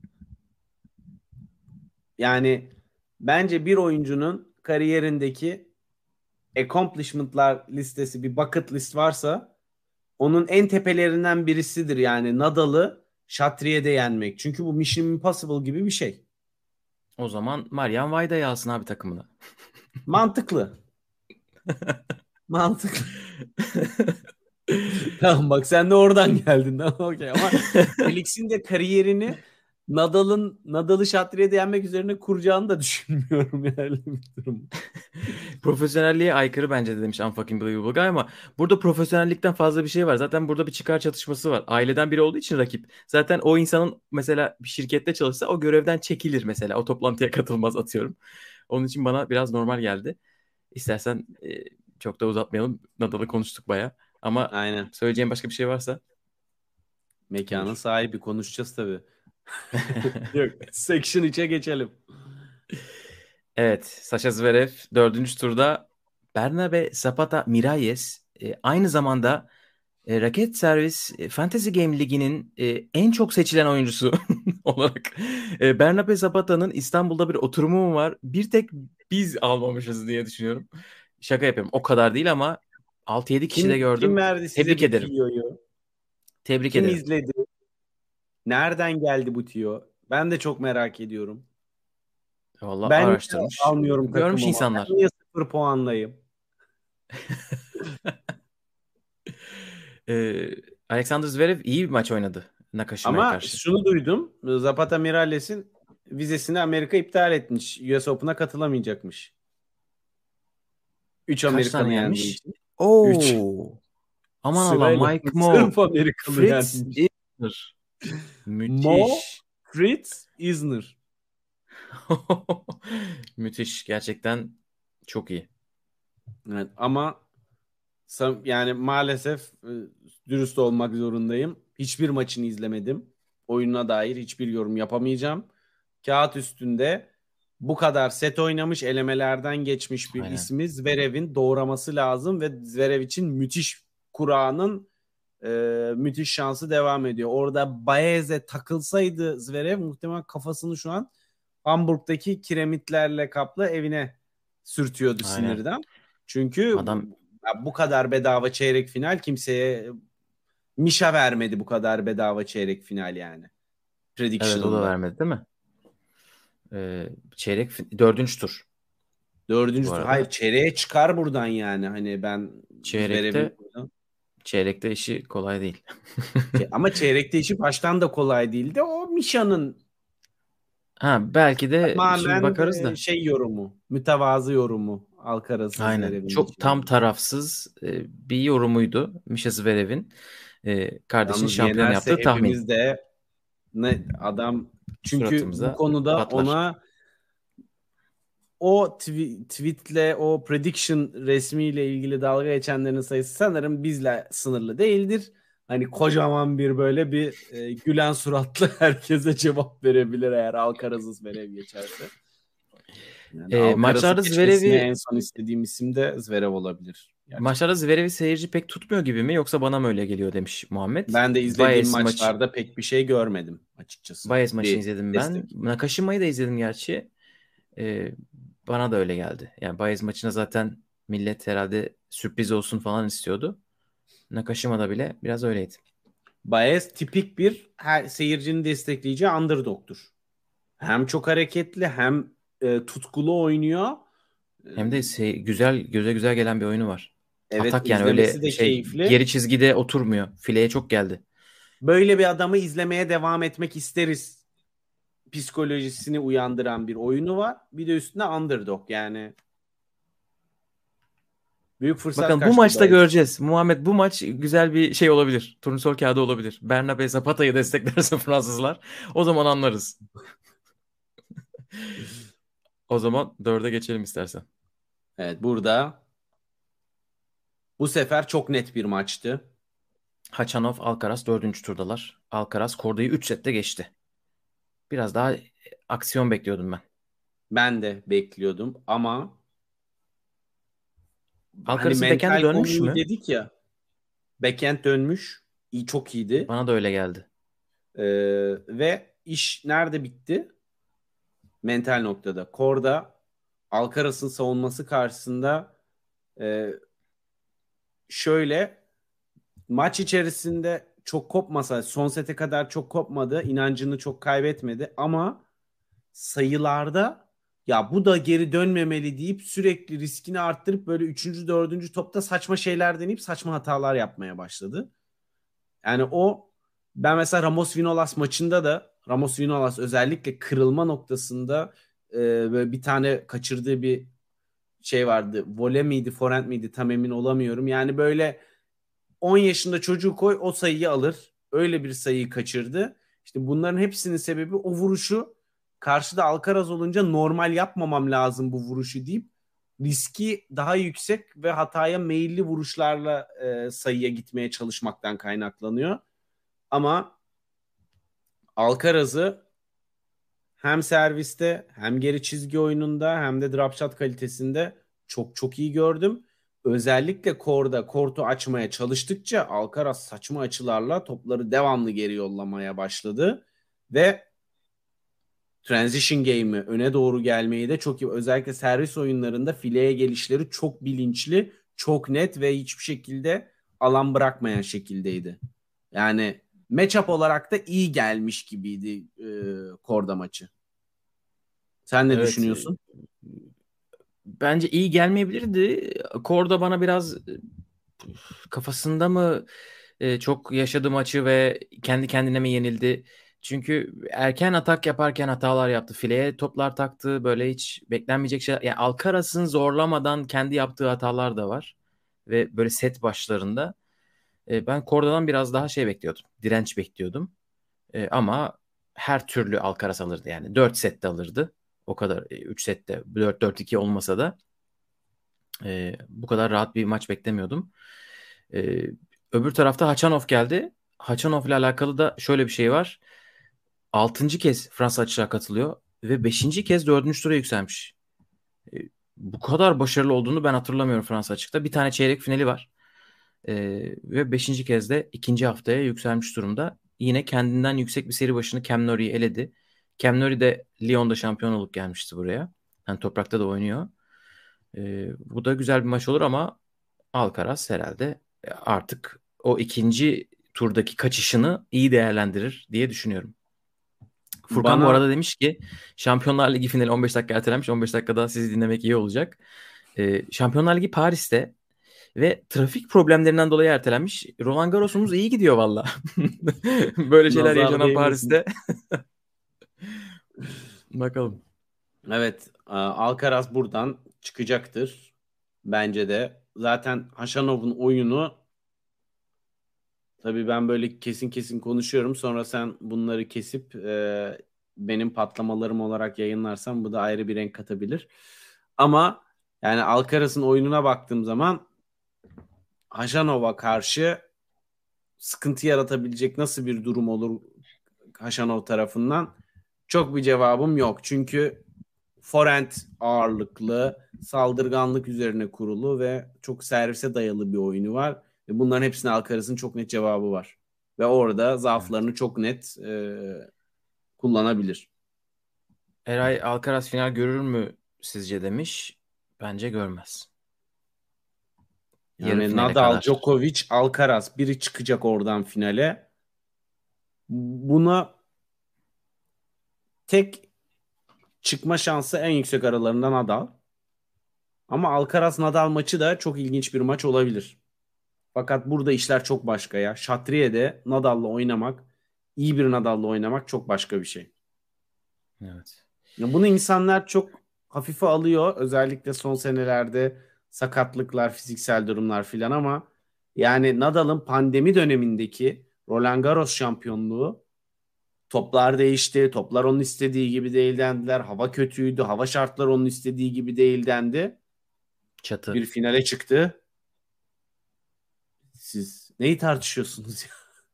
yani bence bir oyuncunun kariyerindeki accomplishment'lar listesi bir bucket list varsa onun en tepelerinden birisidir yani Nadal'ı Şatriye'de yenmek. Çünkü bu Mission Impossible gibi bir şey. o zaman Marian Vayda'yı alsın abi takımına. Mantıklı. Mantıklı. Tamam bak sen de oradan geldin. Tamam, okey. Ama Felix'in de kariyerini Nadal'ı Şatriye'de yenmek üzerine kuracağını da düşünmüyorum yani bir durum. Profesyonelliğe aykırı bence de demiş Unfucking Believable Guy ama burada profesyonellikten fazla bir şey var. Zaten burada bir çıkar çatışması var. Aileden biri olduğu için rakip. Zaten o insanın mesela bir şirkette çalışsa o görevden çekilir mesela. O toplantıya katılmaz atıyorum. Onun için bana biraz normal geldi. İstersen çok da uzatmayalım. Nadal'ı konuştuk baya. Ama Aynen. söyleyeceğim başka bir şey varsa. Mekanın Buyur. sahibi konuşacağız tabii. Yok. Section 3'e geçelim. Evet, Sasha Zverev 4. turda Bernabe Zapata Miralles aynı zamanda Raket Servis Fantasy Game Ligi'nin en çok seçilen oyuncusu olarak Bernabe Zapata'nın İstanbul'da bir oturumu mu var? Bir tek biz almamışız diye düşünüyorum. Şaka yapıyorum. O kadar değil ama 6-7 kişi de Kim gördüm. verdi size Tebrik bu ederim. tiyoyu? Tebrik Kim ederim. izledi? Nereden geldi bu tiyo? Ben de çok merak ediyorum. Vallahi Ben niye araştırmış. almıyorum Görmüş takımıma? insanlar. Ben niye 0 puanlayayım? E, Alexander Zverev iyi bir maç oynadı Nakashima'ya Ama karşı. şunu duydum. Zapata Mirales'in vizesini Amerika iptal etmiş. US Open'a katılamayacakmış. 3 Kaç Amerikalı tane yendiği yenmiş? için. 3. Oo. Aman Allah Sırayla Mike Mo. sırf Amerikalı Fritz yenmiş. Isner. Mo Müthiş. Fritz Isner. Müthiş. Gerçekten çok iyi. Evet, ama Yani maalesef dürüst olmak zorundayım. Hiçbir maçını izlemedim. Oyununa dair hiçbir yorum yapamayacağım. Kağıt üstünde bu kadar set oynamış, elemelerden geçmiş bir Aynen. ismi Zverev'in doğraması lazım ve Zverev için müthiş kurağının müthiş şansı devam ediyor. Orada Baez'e takılsaydı Zverev muhtemelen kafasını şu an Hamburg'daki kiremitlerle kaplı evine sürtüyordu Aynen. sinirden. Çünkü Adam bu kadar bedava çeyrek final kimseye Mişa vermedi, bu kadar bedava çeyrek final yani. evet, o da Prediction'ında. vermedi değil mi? Dördüncü tur Dördüncü bu tur. Hayır, arada. çeyreğe çıkar buradan yani. Hani ben Zverev'in Çeyrekte çeyrekte işi kolay değil. ama çeyrekte işi baştan da kolay değildi. O Mişa'nın Ha, belki de şimdi tamamen bakarız da. şey yorumu, mütevazı yorumu Alcaraz'ı Aynen. Zverev'in Çok için tam yani. tarafsız bir yorumuydu Misha Zverev'in. Kardeşin Yalnız şampiyon yenerse yaptığı tahmin. hepimiz de ne adam, çünkü bu Suratımıza konuda patlar. ona o tweetle o prediction resmiyle ilgili dalga geçenlerin sayısı sanırım bizle sınırlı değildir. Hani kocaman bir böyle bir gülen suratlı herkese cevap verebilir eğer Alcaraz'ı Zverev geçerse. Yani Alcaraz'ı Maçlarda geçmesini Zverev'i en son istediğim isim de Zverev olabilir maçlarda gerçekten. Zverev'i seyirci pek tutmuyor gibi mi, yoksa bana mı öyle geliyor demiş Muhammed. Ben de izlediğim maçlarda pek bir şey görmedim açıkçası. Baez maçını Bir izledim ben. destek. Nakashima'yı da izledim gerçi. Ee, Bana da öyle geldi. Yani Baez maçına zaten millet herhalde sürpriz olsun falan istiyordu. Nakashima'da bile biraz öyleydi. Baez tipik bir her seyircinin destekleyeceği underdog'tur. Hem çok hareketli hem tutkulu oynuyor. E, Hem de güzel, göze güzel gelen bir oyunu var. evet, Atak yani izlemesi öyle de şey keyifli. geri çizgide oturmuyor. Fileye çok geldi. Böyle bir adamı izlemeye devam etmek isteriz psikolojisini uyandıran bir oyunu var. Bir de üstüne underdog, yani büyük fırsat Bakın bu kaçtı maçta Baez. göreceğiz. Muhammed, bu maç güzel bir şey olabilir. Turnusol kağıdı olabilir. Bernabé Zapata'yı desteklerse Fransızlar, o zaman anlarız. O zaman dörde geçelim istersen. Evet, burada bu sefer çok net bir maçtı. Haçanov, Alcaraz dördüncü turdalar. Alcaraz Korda'yı 3 sette geçti. Biraz daha aksiyon bekliyordum ben. Ben de bekliyordum ama hani Alcaraz'ın backhand'i mental dönmüş konuyu mü? dedik ya, backhand dönmüş. İyi, çok iyiydi. Bana da öyle geldi. Ee, ve iş nerede bitti? Mental noktada. Korda Alcaraz'ın savunması karşısında e, şöyle, maç içerisinde çok kopmasa, son sete kadar çok kopmadı, inancını çok kaybetmedi ama sayılarda ya bu da geri dönmemeli deyip sürekli riskini arttırıp böyle üçüncü, dördüncü topta saçma şeyler deneyip saçma hatalar yapmaya başladı. Yani ben mesela Ramos Vinolas maçında da Ramos Vinolas özellikle kırılma noktasında böyle bir tane kaçırdığı bir şey vardı. Vole miydi, forehand miydi tam emin olamıyorum. Yani böyle 10 yaşında çocuğu koy, o sayıyı alır. Öyle bir sayıyı kaçırdı. İşte bunların hepsinin sebebi o vuruşu karşıda Alcaraz olunca normal yapmamam lazım bu vuruşu deyip riski daha yüksek ve hataya meyilli vuruşlarla sayıya gitmeye çalışmaktan kaynaklanıyor. Ama Alcaraz'ı hem serviste hem geri çizgi oyununda hem de drop shot kalitesinde çok çok iyi gördüm. Özellikle kortu açmaya çalıştıkça Alcaraz saçma açılarla topları devamlı geri yollamaya başladı ve transition game'i, öne doğru gelmeyi de çok iyi. Özellikle servis oyunlarında fileye gelişleri çok bilinçli, çok net ve hiçbir şekilde alan bırakmayan şekildeydi. Yani matchup olarak da iyi gelmiş gibiydi Korda maçı. Sen ne Evet. düşünüyorsun? Bence iyi gelmeyebilirdi. Korda bana biraz kafasında mı çok yaşadı maçı ve kendi kendine mi yenildi? Çünkü erken atak yaparken hatalar yaptı. Fileye toplar taktı. Böyle hiç beklenmeyecek şey. Yani Alcaraz'ın zorlamadan kendi yaptığı hatalar da var. Ve böyle set başlarında. Ben Korda'dan biraz daha şey bekliyordum. Direnç bekliyordum. Ama her türlü Alcaraz alırdı yani. 4 sette alırdı. O kadar 3 sette 4-4-2 olmasa da Bu kadar rahat bir maç beklemiyordum. Ee, Öbür tarafta Haçanov geldi. Haçanov ile alakalı da şöyle bir şey var. 6. kez Fransa açığa katılıyor ve 5. kez 4. tura yükselmiş. Ee, Bu kadar başarılı olduğunu ben hatırlamıyorum Fransa açıkta. Bir tane çeyrek finali var. Ve 5. kez de ikinci haftaya yükselmiş durumda. Yine kendinden yüksek bir seri başını Cam Norrie'yi eledi. Cam Norrie de Lyon'da şampiyon olup gelmişti buraya. Yani toprakta da oynuyor. Bu da güzel bir maç olur ama Alcaraz herhalde artık o ikinci turdaki kaçışını iyi değerlendirir diye düşünüyorum. Furkan bu Bana arada demiş ki Şampiyonlar Ligi finali 15 dakika ertelenmiş. 15 dakikada sizi dinlemek iyi olacak. Şampiyonlar Ligi Paris'te ve trafik problemlerinden dolayı ertelenmiş. Roland Garros'umuz iyi gidiyor valla. Böyle şeyler nazar yaşanan değmesin. Paris'te. Bakalım. Evet, Alcaraz buradan çıkacaktır. Bence de. Zaten Haşanov'un oyunu, tabii ben böyle kesin konuşuyorum. Sonra sen bunları kesip benim patlamalarım olarak yayınlarsan bu da ayrı bir renk katabilir. Ama yani Alcaraz'ın oyununa baktığım zaman Haşanov'a karşı sıkıntı yaratabilecek nasıl bir durum olur Haşanov tarafından? Çok bir cevabım yok. Çünkü forehand ağırlıklı, saldırganlık üzerine kurulu ve çok servise dayalı bir oyunu var. Ve bunların hepsine Alcaraz'ın çok net cevabı var. Ve orada Evet. zaaflarını çok net kullanabilir. Eray Alcaraz final görür mü sizce demiş. Bence görmez. Yarı Yani finale Nadal, kadar. Djokovic, Alcaraz biri çıkacak oradan finale. Buna tek çıkma şansı en yüksek aralarında Nadal. Ama Alcaraz-Nadal maçı da çok ilginç bir maç olabilir. Fakat burada işler çok başka ya. Şatriye'de Nadal'la oynamak, iyi bir Nadal'la oynamak çok başka bir şey. Evet. Ya bunu insanlar çok hafife alıyor. Özellikle son senelerde sakatlıklar, fiziksel durumlar filan ama yani Nadal'ın pandemi dönemindeki Roland Garros şampiyonluğu, toplar değişti. Toplar onun istediği gibi değil dendiler. Hava kötüydü. Hava şartları onun istediği gibi değil dendi. Çatı. Bir finale çıktı. Siz neyi tartışıyorsunuz ya?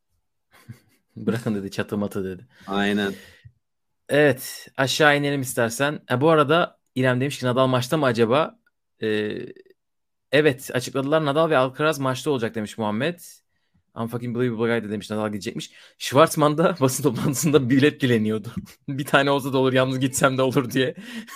Bırakın dedi çatı matı dedi. Aynen. Evet aşağı inelim istersen. Bu arada İrem demiş ki Nadal maçta mı acaba? Ee, evet açıkladılar Nadal ve Alcaraz maçta olacak demiş Muhammed. Unfucking Believable Guy de demiş Nadal gidecekmiş. Schwartzman da basın toplantısında bilet dileniyordu. Bir tane olsa da olur yalnız gitsem de olur diye.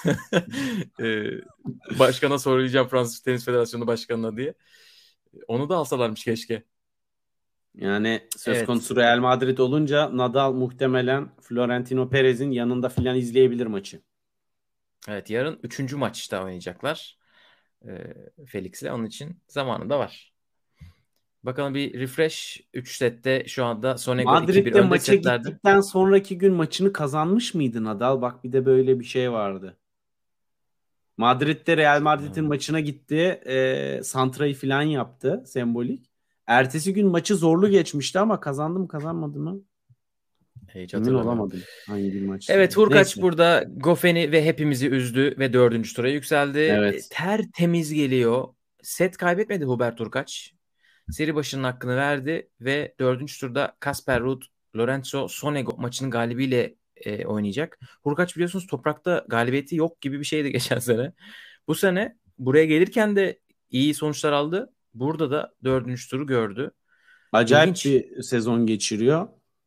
Ee, Başkana söyleyeceğim Fransız Tenis Federasyonu Başkanı'na diye. Onu da alsalarmış keşke. Yani söz Evet. konusu Real Madrid olunca Nadal muhtemelen Florentino Perez'in yanında filan izleyebilir maçı. Evet yarın 3. maçta oynayacaklar. Felix'le. Onun için zamanı da var. Bakalım bir refresh. 3 sette şu anda Sonego 2-1 Madrid'de önde maça setlerde. gittikten sonraki gün maçını kazanmış mıydı Nadal? Bak bir de böyle bir şey vardı. Madrid'de Real Madrid'in Hatırlayamadım. maçına gitti. Santra'yı filan yaptı sembolik. Ertesi gün maçı zorlu geçmişti ama kazandı mı kazanmadı mı? Hiç Emin hatırlamıyorum. olamadım hangi maçtı. Evet Hurkaç Neyse. burada Goffen'i ve hepimizi üzdü ve 4. tura yükseldi. Evet. Tertemiz geliyor. Set kaybetmedi Hubert Hurkaç. Seri başının hakkını verdi ve 4. turda Casper Ruud, Lorenzo Sonego maçının galibiyle oynayacak. Hurkaç biliyorsunuz toprakta galibiyeti yok gibi bir şeydi geçen sene. Bu sene buraya gelirken de iyi sonuçlar aldı. Burada da 4. turu gördü. Acayip İlginç. bir sezon geçiriyor.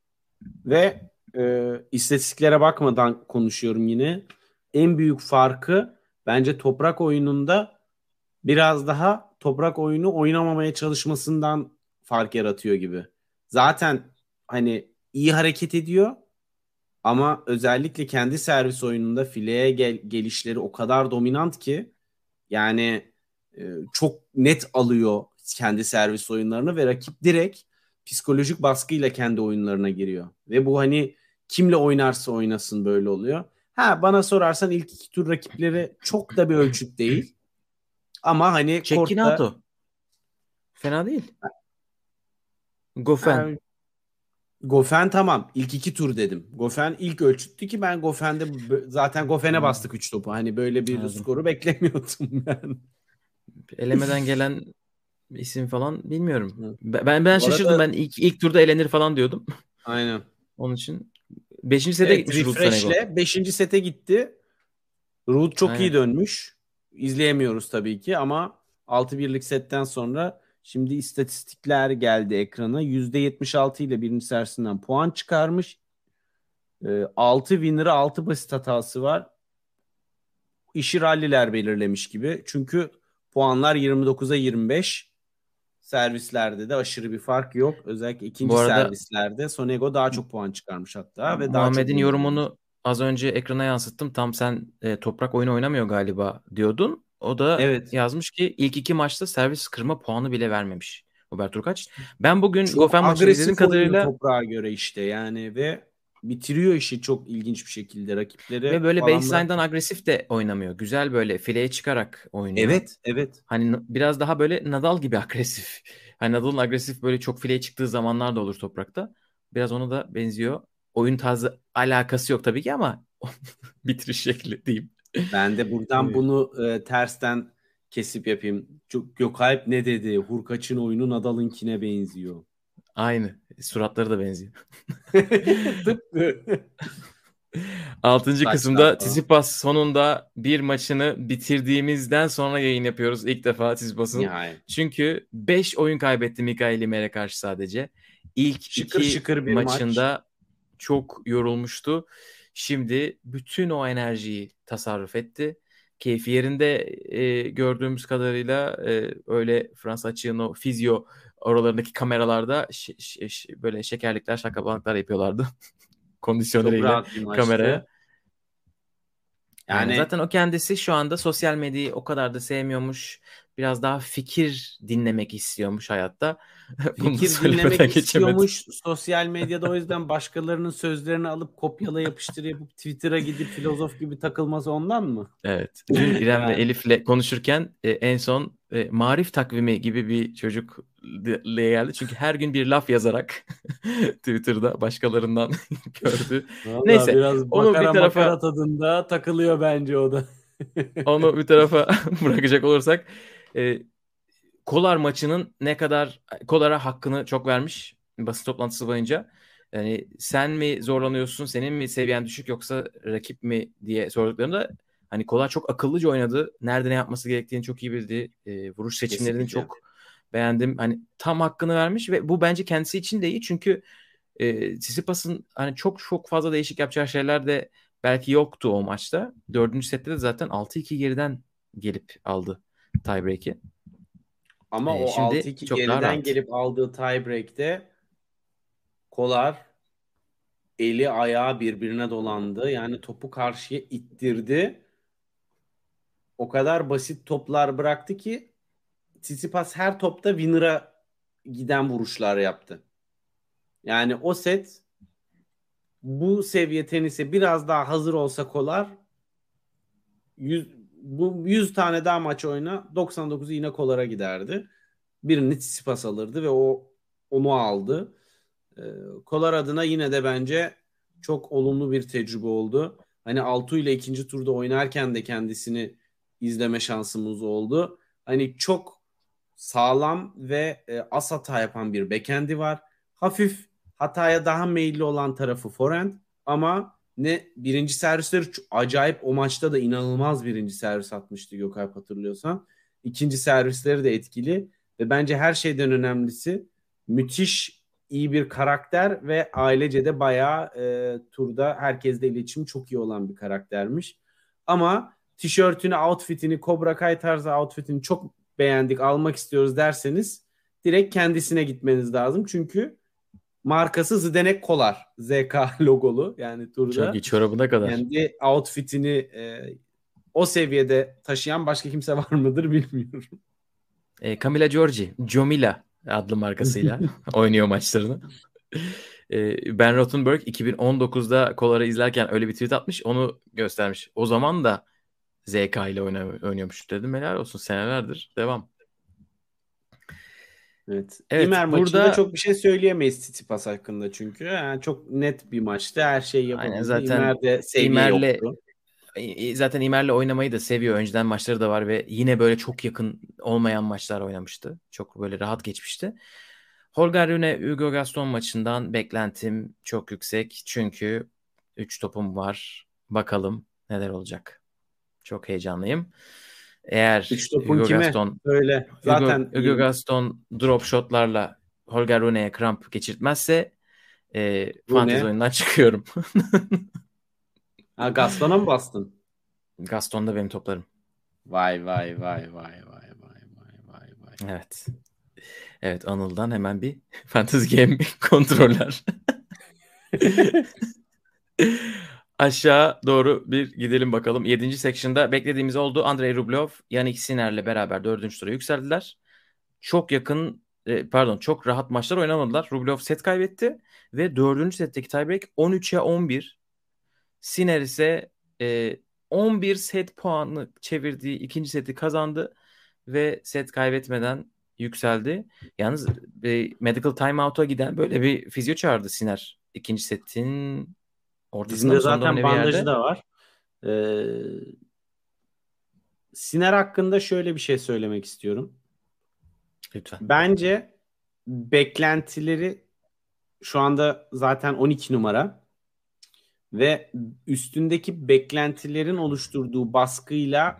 Ve istatistiklere bakmadan konuşuyorum yine. En büyük farkı bence toprak oyununda biraz daha toprak oyunu oynamamaya çalışmasından fark yaratıyor gibi. Zaten hani iyi hareket ediyor ama özellikle kendi servis oyununda fileye gelişleri o kadar dominant ki yani çok net alıyor kendi servis oyunlarını ve rakip direkt psikolojik baskıyla kendi oyunlarına giriyor. Ve bu hani kimle oynarsa oynasın böyle oluyor. Ha bana sorarsan ilk iki tur rakipleri çok da bir ölçüt değil. Ama hani kortta Cecchinato. Fena değil. Goffin. ha, Goffin tamam. İlk iki tur dedim. Goffin ilk ölçüttü ki ben Goffin'de zaten Goffin'e Anladım. bastık 3 topu. Hani böyle bir Anladım. skoru beklemiyordum ben. Elemeden gelen isim falan bilmiyorum. Hı. Ben Bu şaşırdım. arada Ben ilk turda elenir falan diyordum. aynen. Onun için 5. sete Evet, gitmiş Ruud Sonego. refresh'le 5. sete gitti. Ruud çok iyi Aynen. dönmüş. İzleyemiyoruz tabii ki ama 6-1'lik setten sonra şimdi istatistikler geldi ekrana. %76 ile birinci servisinden puan çıkarmış. 6 winner'ı 6 basit hatası var. İşi ralliler belirlemiş gibi. Çünkü puanlar 29'a 25. Servislerde de aşırı bir fark yok. Özellikle ikinci Bu arada servislerde Sonego daha çok puan çıkarmış hatta ve daha çok Muhammed'in winner olmuş. yorumunu az önce ekrana yansıttım. Tam sen toprak oyunu oynamıyor galiba diyordun. O da Evet. yazmış ki ilk 2 maçta servis kırma puanı bile vermemiş Hubert Hurkacz. Ben bugün Çok Goffin maçını izlediğim agresif oynuyor kadarıyla toprağa göre işte yani ve bitiriyor işi çok ilginç bir şekilde ve rakipleri böyle falan baseline'dan bırakıyor. agresif de oynamıyor. Güzel böyle fileye çıkarak oynuyor. Evet, evet. Hani biraz daha böyle Nadal gibi agresif. Hani Nadal'ın agresif böyle çok fileye çıktığı zamanlar da olur toprakta. Biraz ona da benziyor. Oyun tarzı alakası yok tabii ki ama bitiriş şekli diyeyim. Ben de buradan Evet. bunu tersten kesip yapayım. Çok Gökalp ne dedi? Hurkaç'ın oyunu Nadal'ınkine benziyor. Aynı. Suratları da benziyor. Tıpkı. 6. Saçlar kısımda falan. Tsitsipas sonunda bir maçını bitirdiğimizden sonra yayın yapıyoruz. İlk defa Tsitsipas'ın. Nihayet. Çünkü 5 oyun kaybetti Mikael Ymer'e karşı sadece. İlk Şıkır 2 şıkır bir maç. maçında çok yorulmuştu. Şimdi bütün o enerjiyi tasarruf etti. Keyfi yerinde gördüğümüz kadarıyla öyle Fransa açığın o fizyo oralarındaki kameralarda böyle şekerlikler, şakabalıklar yapıyorlardı Çok kondisyoner'iyle rahat bir kameraya. maçtı. Aynen. Yani Zaten o kendisi şu anda sosyal medyayı o kadar da sevmiyormuş. Biraz daha fikir dinlemek istiyormuş hayatta. Bunu da fikir dinlemek söylemeden geçemedim. istiyormuş sosyal medyada, o yüzden başkalarının sözlerini alıp kopyala yapıştır yapıp Twitter'a gidip filozof gibi takılması ondan mı? Evet. Dün İrem'le Yani Elif'le konuşurken en son marif takvimi gibi bir çocuk geldi. Çünkü her gün bir laf yazarak Twitter'da başkalarından gördü. valla Neyse, biraz onu bir makara tarafa makara tadında takılıyor bence o da. onu bir tarafa bırakacak olursak e, Kolar maçının ne kadar Kolar'a hakkını çok vermiş basın toplantısı boyunca. Yani sen mi zorlanıyorsun, senin mi seviyen düşük yoksa rakip mi diye sorduklarında hani Kolar çok akıllıca oynadı. Nerede ne yapması gerektiğini çok iyi bildi. Vuruş seçimlerini Kesinlikle. çok beğendim. Hani tam hakkını vermiş ve bu bence kendisi için de iyi çünkü Tsitsipas'ın hani çok çok fazla değişik yapacağı şeyler de belki yoktu o maçta. 4. sette de zaten 6-2 geriden gelip aldı tiebreak'i. Ama o Şimdi 6-2 çok daha geriden rahat. gelip aldığı tiebreak'te Kolar eli ayağı birbirine dolandı. Yani topu karşıya ittirdi. O kadar basit toplar bıraktı ki Tsitsipas her topta winner'a giden vuruşlar yaptı. Yani o set bu seviye tenise biraz daha hazır olsa Kolar 100, bu 100 tane daha maç oyna 99'u yine Kolar'a giderdi. Birini Tsitsipas alırdı ve o onu aldı. Ee, Kolar adına yine de bence çok olumlu bir tecrübe oldu. Hani Altuğ ile ikinci turda oynarken de kendisini izleme şansımız oldu. Hani çok sağlam ve az hata yapan bir backend'i var. Hafif hataya daha meyilli olan tarafı forehand ama ne birinci servisleri acayip, o maçta da inanılmaz birinci servis atmıştı Gökalp, hatırlıyorsan. İkinci servisleri de etkili ve bence her şeyden önemlisi müthiş iyi bir karakter ve ailece de bayağı turda herkesle iletişim çok iyi olan bir karaktermiş. Ama tişörtünü, outfitini, Cobra Kai tarzı outfitini çok beğendik, almak istiyoruz derseniz direkt kendisine gitmeniz lazım. Çünkü markası Zdenek Kolar. ZK logolu yani Çok iyi turda. çorabına kadar. Kendi outfitini o seviyede taşıyan başka kimse var mıdır bilmiyorum. Camila Giorgi, Jomila adlı markasıyla oynuyor maçlarını. Ben Rothenberg 2019'da Kolar'ı izlerken öyle bir tweet atmış. Onu göstermiş. O zaman da ZK ile oynuyormuş dedim. Helal olsun, senelerdir. Devam. Evet. Evet, İmer maçında burada çok bir şey söyleyemeyiz Tsitsipas hakkında çünkü. Yani çok net bir maçtı. Her şey aynen yapabildi. zaten İmer'de seviye İmer'le yoktu. zaten Imer'le oynamayı da seviyor. Önceden maçları da var ve yine böyle çok yakın olmayan maçlar oynamıştı. Çok böyle rahat geçmişti. Holger Rune Hugo Gaston maçından beklentim çok yüksek. Çünkü 3 topum var. Bakalım neler olacak. Çok heyecanlıyım. Eğer 3 topun kime? Öyle. Zaten Hugo Gaston drop shotlarla Holger Rune'ye kramp geçirtmezse fantezi Rune. oyundan çıkıyorum. Ha, Gaston'a mı bastın? Gaston da benim toplarım. Vay vay vay vay vay vay vay vay vay. Evet. Evet, Anıl'dan hemen bir Fantasy Game kontroller. Aşağı doğru bir gidelim bakalım. 7. section'da beklediğimiz oldu. Andrei Rublev, Yannick Sinner'le beraber 4. tura yükseldiler. Çok yakın çok rahat maçlar oynamadılar. Rublev set kaybetti ve 4. setteki tiebreak 13'e 11. Sinner ise 11 set puanı çevirdiği ikinci seti kazandı ve set kaybetmeden yükseldi. Yalnız medical timeout'a giden böyle bir fizyo çağırdı Sinner. İkinci setin ortasında Dizinde mı sonunda mı zaten ne bir bandajı yerde? da var. Sinner hakkında şöyle bir şey söylemek istiyorum. Lütfen. Bence beklentileri şu anda zaten 12 numara ve üstündeki beklentilerin oluşturduğu baskıyla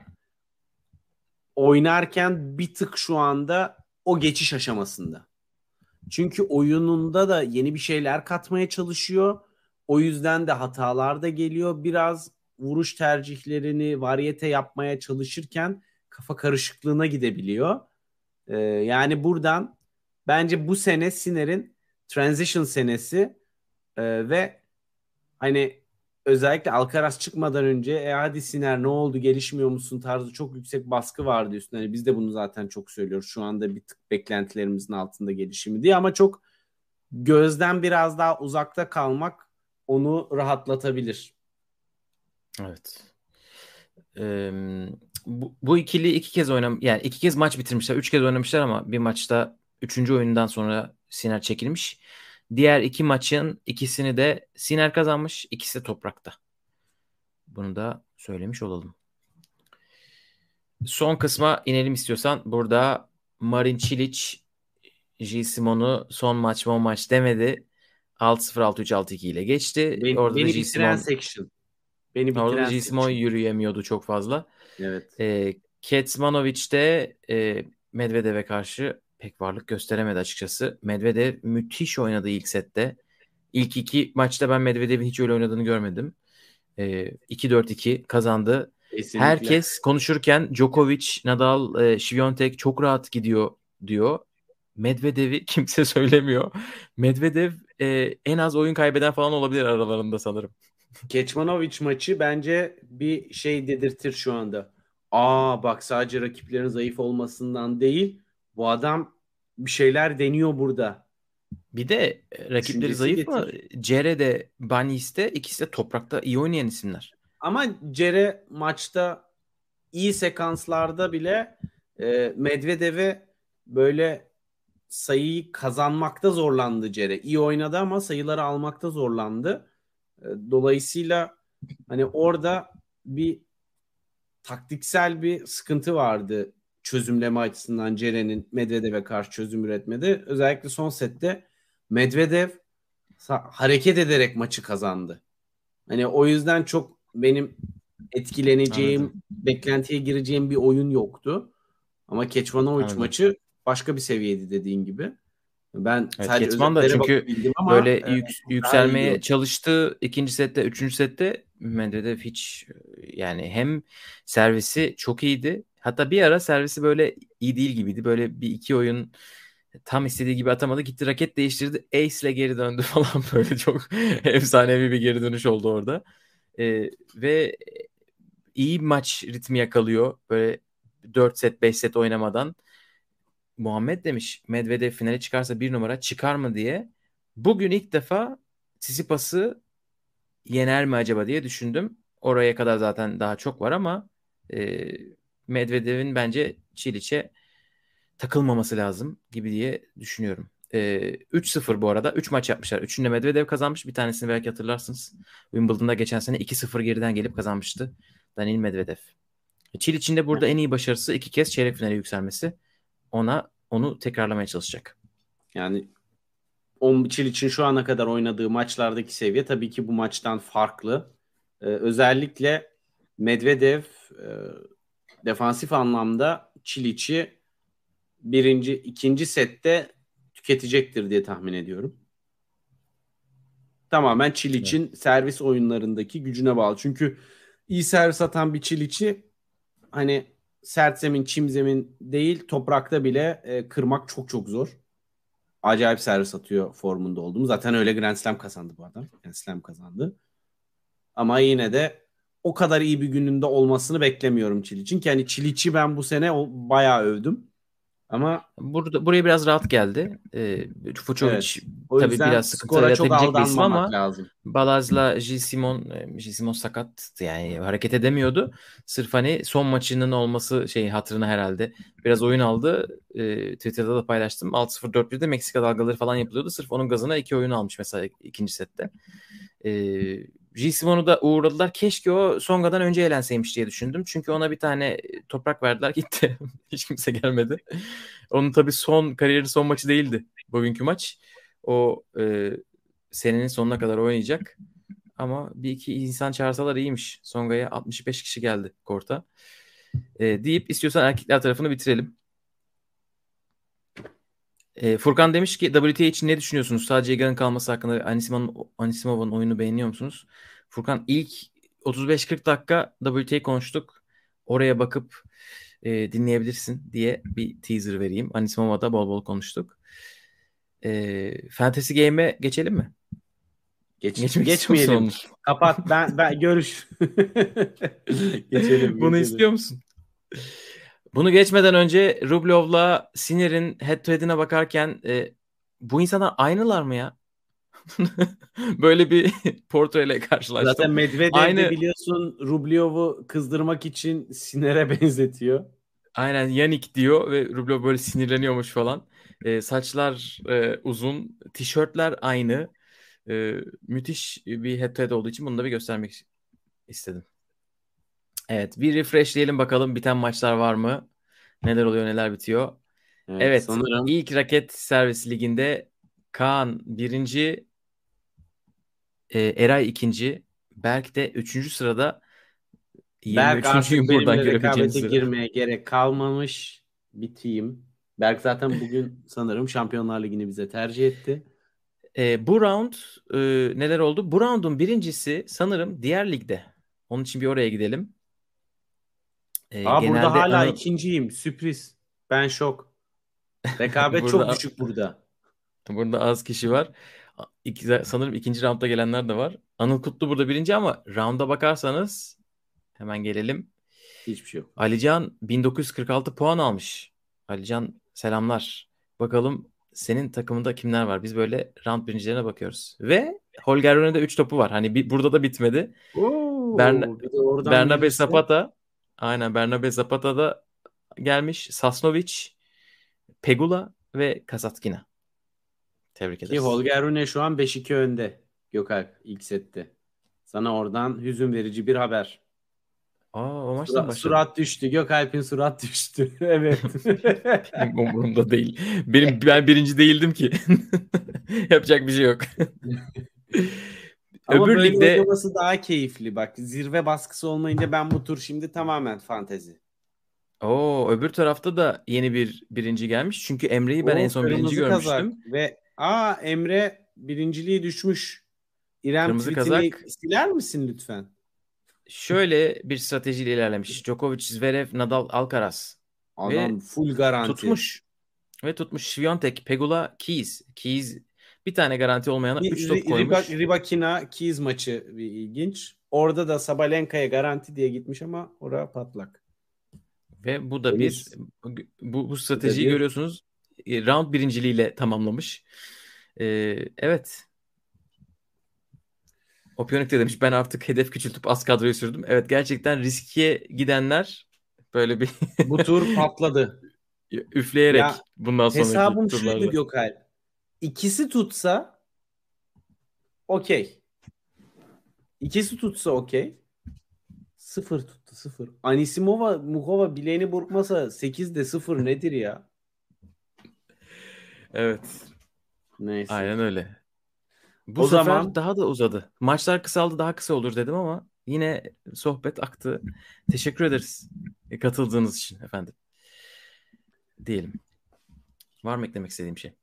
oynarken bir tık şu anda o geçiş aşamasında. Çünkü oyununda da yeni bir şeyler katmaya çalışıyor. O yüzden de hatalar da geliyor. Biraz vuruş tercihlerini varyete yapmaya çalışırken kafa karışıklığına gidebiliyor. Yani buradan bence bu sene Sinner'in transition senesi ve hani özellikle Alcaraz çıkmadan önce hadi Sinner ne oldu gelişmiyor musun tarzı çok yüksek baskı vardı üstüne. Hani biz de bunu zaten çok söylüyoruz. Şu anda bir tık beklentilerimizin altında gelişimi diye ama çok gözden biraz daha uzakta kalmak onu rahatlatabilir. Evet. Bu ikili yani iki kez maç bitirmişler. 3 kez oynamışlar ama bir maçta 3. oyundan sonra Sinner çekilmiş. Diğer 2 maçın ikisini de Sinner kazanmış. İkisi de toprakta. Bunu da söylemiş olalım. Son kısma inelim istiyorsan. Burada Marin Cilic Gilles Simon'u son maç demedi. 6-0, 6-3, 6-2 ile geçti. Beni bitiren section. Beni Orada da bitiren Gilles Simon section. yürüyemiyordu çok fazla. Evet. Kecmanovic de Medvedev'e karşı pek varlık gösteremedi açıkçası. Medvedev müthiş oynadı ilk sette. İlk 2 maçta ben Medvedev'in hiç öyle oynadığını görmedim. 2-4-2 kazandı. Kesinlikle. Herkes konuşurken Djokovic, Nadal, Świątek çok rahat gidiyor diyor. Medvedev'i kimse söylemiyor. Medvedev en az oyun kaybeden falan olabilir aralarında sanırım. Kecmanovic maçı bence bir şey dedirtir şu anda. Bak sadece rakiplerin zayıf olmasından değil, bu adam bir şeyler deniyor burada. Bir de rakipleri Düşüncesi zayıf mı? getir. Cere'de, Banis'te ikisi de toprakta iyi oynayan isimler. Ama Cere maçta iyi sekanslarda bile Medvedev'e böyle sayıyı kazanmakta zorlandı Cere. İyi oynadı ama sayıları almakta zorlandı. Dolayısıyla hani orada bir taktiksel bir sıkıntı vardı çözümleme açısından Ceren'in Medvedev'e karşı çözüm üretmedi. Özellikle son sette Medvedev hareket ederek maçı kazandı. Hani o yüzden çok benim etkileneceğim, Anladım. beklentiye gireceğim bir oyun yoktu. Ama Kecmanovic Anladım. maçı başka bir seviyeydi dediğin gibi. Ben Evet, sadece Kecman da özetlere çünkü bakabildim ama böyle daha iyi yükselmeye gördüm. çalıştı. İkinci sette, üçüncü sette Medvedev hiç yani hem servisi çok iyiydi. Hatta bir ara servisi böyle iyi değil gibiydi. Böyle bir iki oyun tam istediği gibi atamadı. Gitti raket değiştirdi. Ace ile geri döndü falan böyle çok efsanevi bir geri dönüş oldu orada. Ve iyi maç ritmi yakalıyor. Böyle 4 set 5 set oynamadan. Muhammed demiş Medvedev finale çıkarsa bir numara çıkar mı diye. Bugün ilk defa Tsitsipas'ı yener mi acaba diye düşündüm. Oraya kadar zaten daha çok var ama e, Medvedev'in bence Çiliç'e takılmaması lazım gibi diye düşünüyorum. 3-0 bu arada. 3 maç yapmışlar. Üçünde Medvedev kazanmış. Bir tanesini belki hatırlarsınız. Wimbledon'da geçen sene 2-0 geriden gelip kazanmıştı. Danil Medvedev. Çil için de burada en iyi başarısı 2 kez çeyrek finale yükselmesi. Onu tekrarlamaya çalışacak. Yani Çil için şu ana kadar oynadığı maçlardaki seviye tabii ki bu maçtan farklı. Özellikle Medvedev defansif anlamda Çiliç'i ikinci sette tüketecektir diye tahmin ediyorum. Tamamen Çiliç'in servis oyunlarındaki gücüne bağlı. Çünkü iyi servis atan bir Çiliç'i hani sert zemin, çim zemin değil toprakta bile kırmak çok çok zor. Acayip servis atıyor formunda olduğum. Zaten öyle Grand Slam kazandı bu adam. Grand Slam kazandı. Ama yine de o kadar iyi bir gününde olmasını beklemiyorum Çiliç'in. Ki hani Çiliç'i ben bu sene bayağı övdüm. Ama buraya biraz rahat geldi. Fucovic evet, o tabii yüzden biraz sıkıntı skora çok yaratabilecek bir isim ama aldanmamak lazım. Balaz'la Gilles Simon sakattı yani hareket edemiyordu. Sırf hani son maçının olması hatırına herhalde. Biraz oyun aldı. Twitter'da da paylaştım. 6-0 4-1'de Meksika dalgaları falan yapılıyordu. Sırf onun gazına 2 oyun almış mesela ikinci sette. Gilles Simon'u da uğurladılar. Keşke o Songa'dan önce elenseymiş diye düşündüm. Çünkü ona bir tane toprak verdiler gitti. Hiç kimse gelmedi. Onun tabii kariyerinin son maçı değildi bugünkü maç. O senenin sonuna kadar oynayacak. Ama bir iki insan çağırsalar iyiymiş. Songa'ya 65 kişi geldi korta. Deyip istiyorsan erkekler tarafını bitirelim. Furkan demiş ki WTA için ne düşünüyorsunuz? Sadece Iga'nın kalması hakkında Anisimova'nın oyunu beğeniyor musunuz? Furkan ilk 35-40 dakika WTA konuştuk. Oraya bakıp dinleyebilirsin diye bir teaser vereyim. Anisimova'da bol bol konuştuk. Fantasy Game'e geçelim mi? Geçmeyelim. Kapat. Ben görüş. Geçelim. Bunu istiyor musun? Bunu geçmeden önce Rublev'la Sinner'in head to head'ine bakarken bu insanlar aynılar mı ya? Böyle bir portreyle karşılaştım. Zaten Medvedev de biliyorsun Rublev'u kızdırmak için Sinner'e benzetiyor. Aynen Yannick diyor ve Rublev böyle sinirleniyormuş falan. Saçlar uzun, tişörtler aynı. Müthiş bir head to head olduğu için bunu da bir göstermek istedim. Evet, bir refreshleyelim bakalım biten maçlar var mı? Neler oluyor, neler bitiyor? Evet, sanırım. ilk raket servis liginde Kaan birinci, Eray ikinci, Berk de 3. sırada. Berk artık 23.'üyüm buradan benimle görebileceğiniz rekabete üzere. girmeye gerek kalmamış bir team. Berk zaten bugün sanırım Şampiyonlar Ligi'ni bize tercih etti. Bu round neler oldu? Bu round'un birincisi sanırım diğer ligde. Onun için bir oraya gidelim. Burada hala ikinciyim. Sürpriz. Ben şok. Rekabet çok düşük burada. Burada az kişi var. Sanırım ikinci roundda gelenler de var. Anıl Kutlu burada birinci ama rounda bakarsanız hemen gelelim. Hiçbir şey yok. Alican 1946 puan almış. Alican selamlar. Bakalım senin takımında kimler var? Biz böyle round birincilerine bakıyoruz. Ve Holger Rune'de 3 topu var. Hani burada da bitmedi. Bir de oradan Bernabe gelirse... Zapata. Aynen Bernabe Zapata da gelmiş. Sasnovic, Pegula ve Kasatkina. Tebrik ederiz. Ki Holger Rune şu an 5-2 önde Gökalp ilk sette. Sana oradan hüzün verici bir haber. O maçtan başladı. Surat düştü. Gökalp'in surat düştü. Evet. Benim umurumda değil. Ben birinci değildim ki. Yapacak bir şey yok. Ama Öbür böyle ligde oynaması daha keyifli. Bak zirve baskısı olmayınca ben bu tur şimdi tamamen fantezi. öbür tarafta da yeni bir birinci gelmiş. Çünkü Emre'yi ben en son birinci görmüştüm. Ve Emre birinciliği düşmüş. İrem Kırmızı tweetini kazak. siler misin lütfen? Şöyle bir stratejiyle ilerlemiş. Djokovic, Zverev, Nadal, Alcaraz. Adam full garanti. Tutmuş. Swiatek, Pegula, Keys. Keys bir tane garanti olmayana 3 top koymuş. Rybakina Keys maçı bir ilginç. Orada da Sabalenka'ya garanti diye gitmiş ama oraya patlak. Ve bu da bu stratejiyi görüyorsunuz. Round birinciliğiyle tamamlamış. Evet. Opionik de demiş ben artık hedef küçültüp az kadroyu sürdüm. Evet gerçekten riske gidenler böyle bir bu tur patladı. Üfleyerek bundan sonraki hesabım turlarda. şuydu Gökalp. İkisi tutsa okey. 0 tuttu 6-0. Anisimova Mukova bileğini burkmasa 8'de 0 nedir ya? Evet. Neyse. Aynen öyle. Bu O sefer zaman daha da uzadı. Maçlar kısaldı, daha kısa olur dedim ama yine sohbet aktı. Teşekkür ederiz katıldığınız için efendim. Diyelim. Var mı eklemek istediğim şey?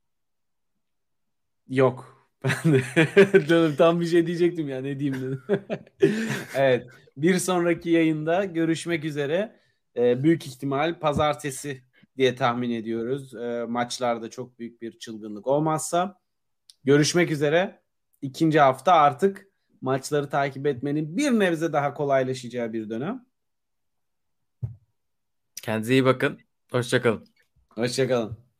yok. Ben de canım tam bir şey diyecektim ya, ne diyeyim dedim. Evet. Bir sonraki yayında görüşmek üzere. Büyük ihtimal pazartesi diye tahmin ediyoruz. Maçlarda çok büyük bir çılgınlık olmazsa. Görüşmek üzere. İkinci hafta artık maçları takip etmenin bir nebze daha kolaylaşacağı bir dönem. Kendinize iyi bakın. Hoşça kalın. Hoşça kalın.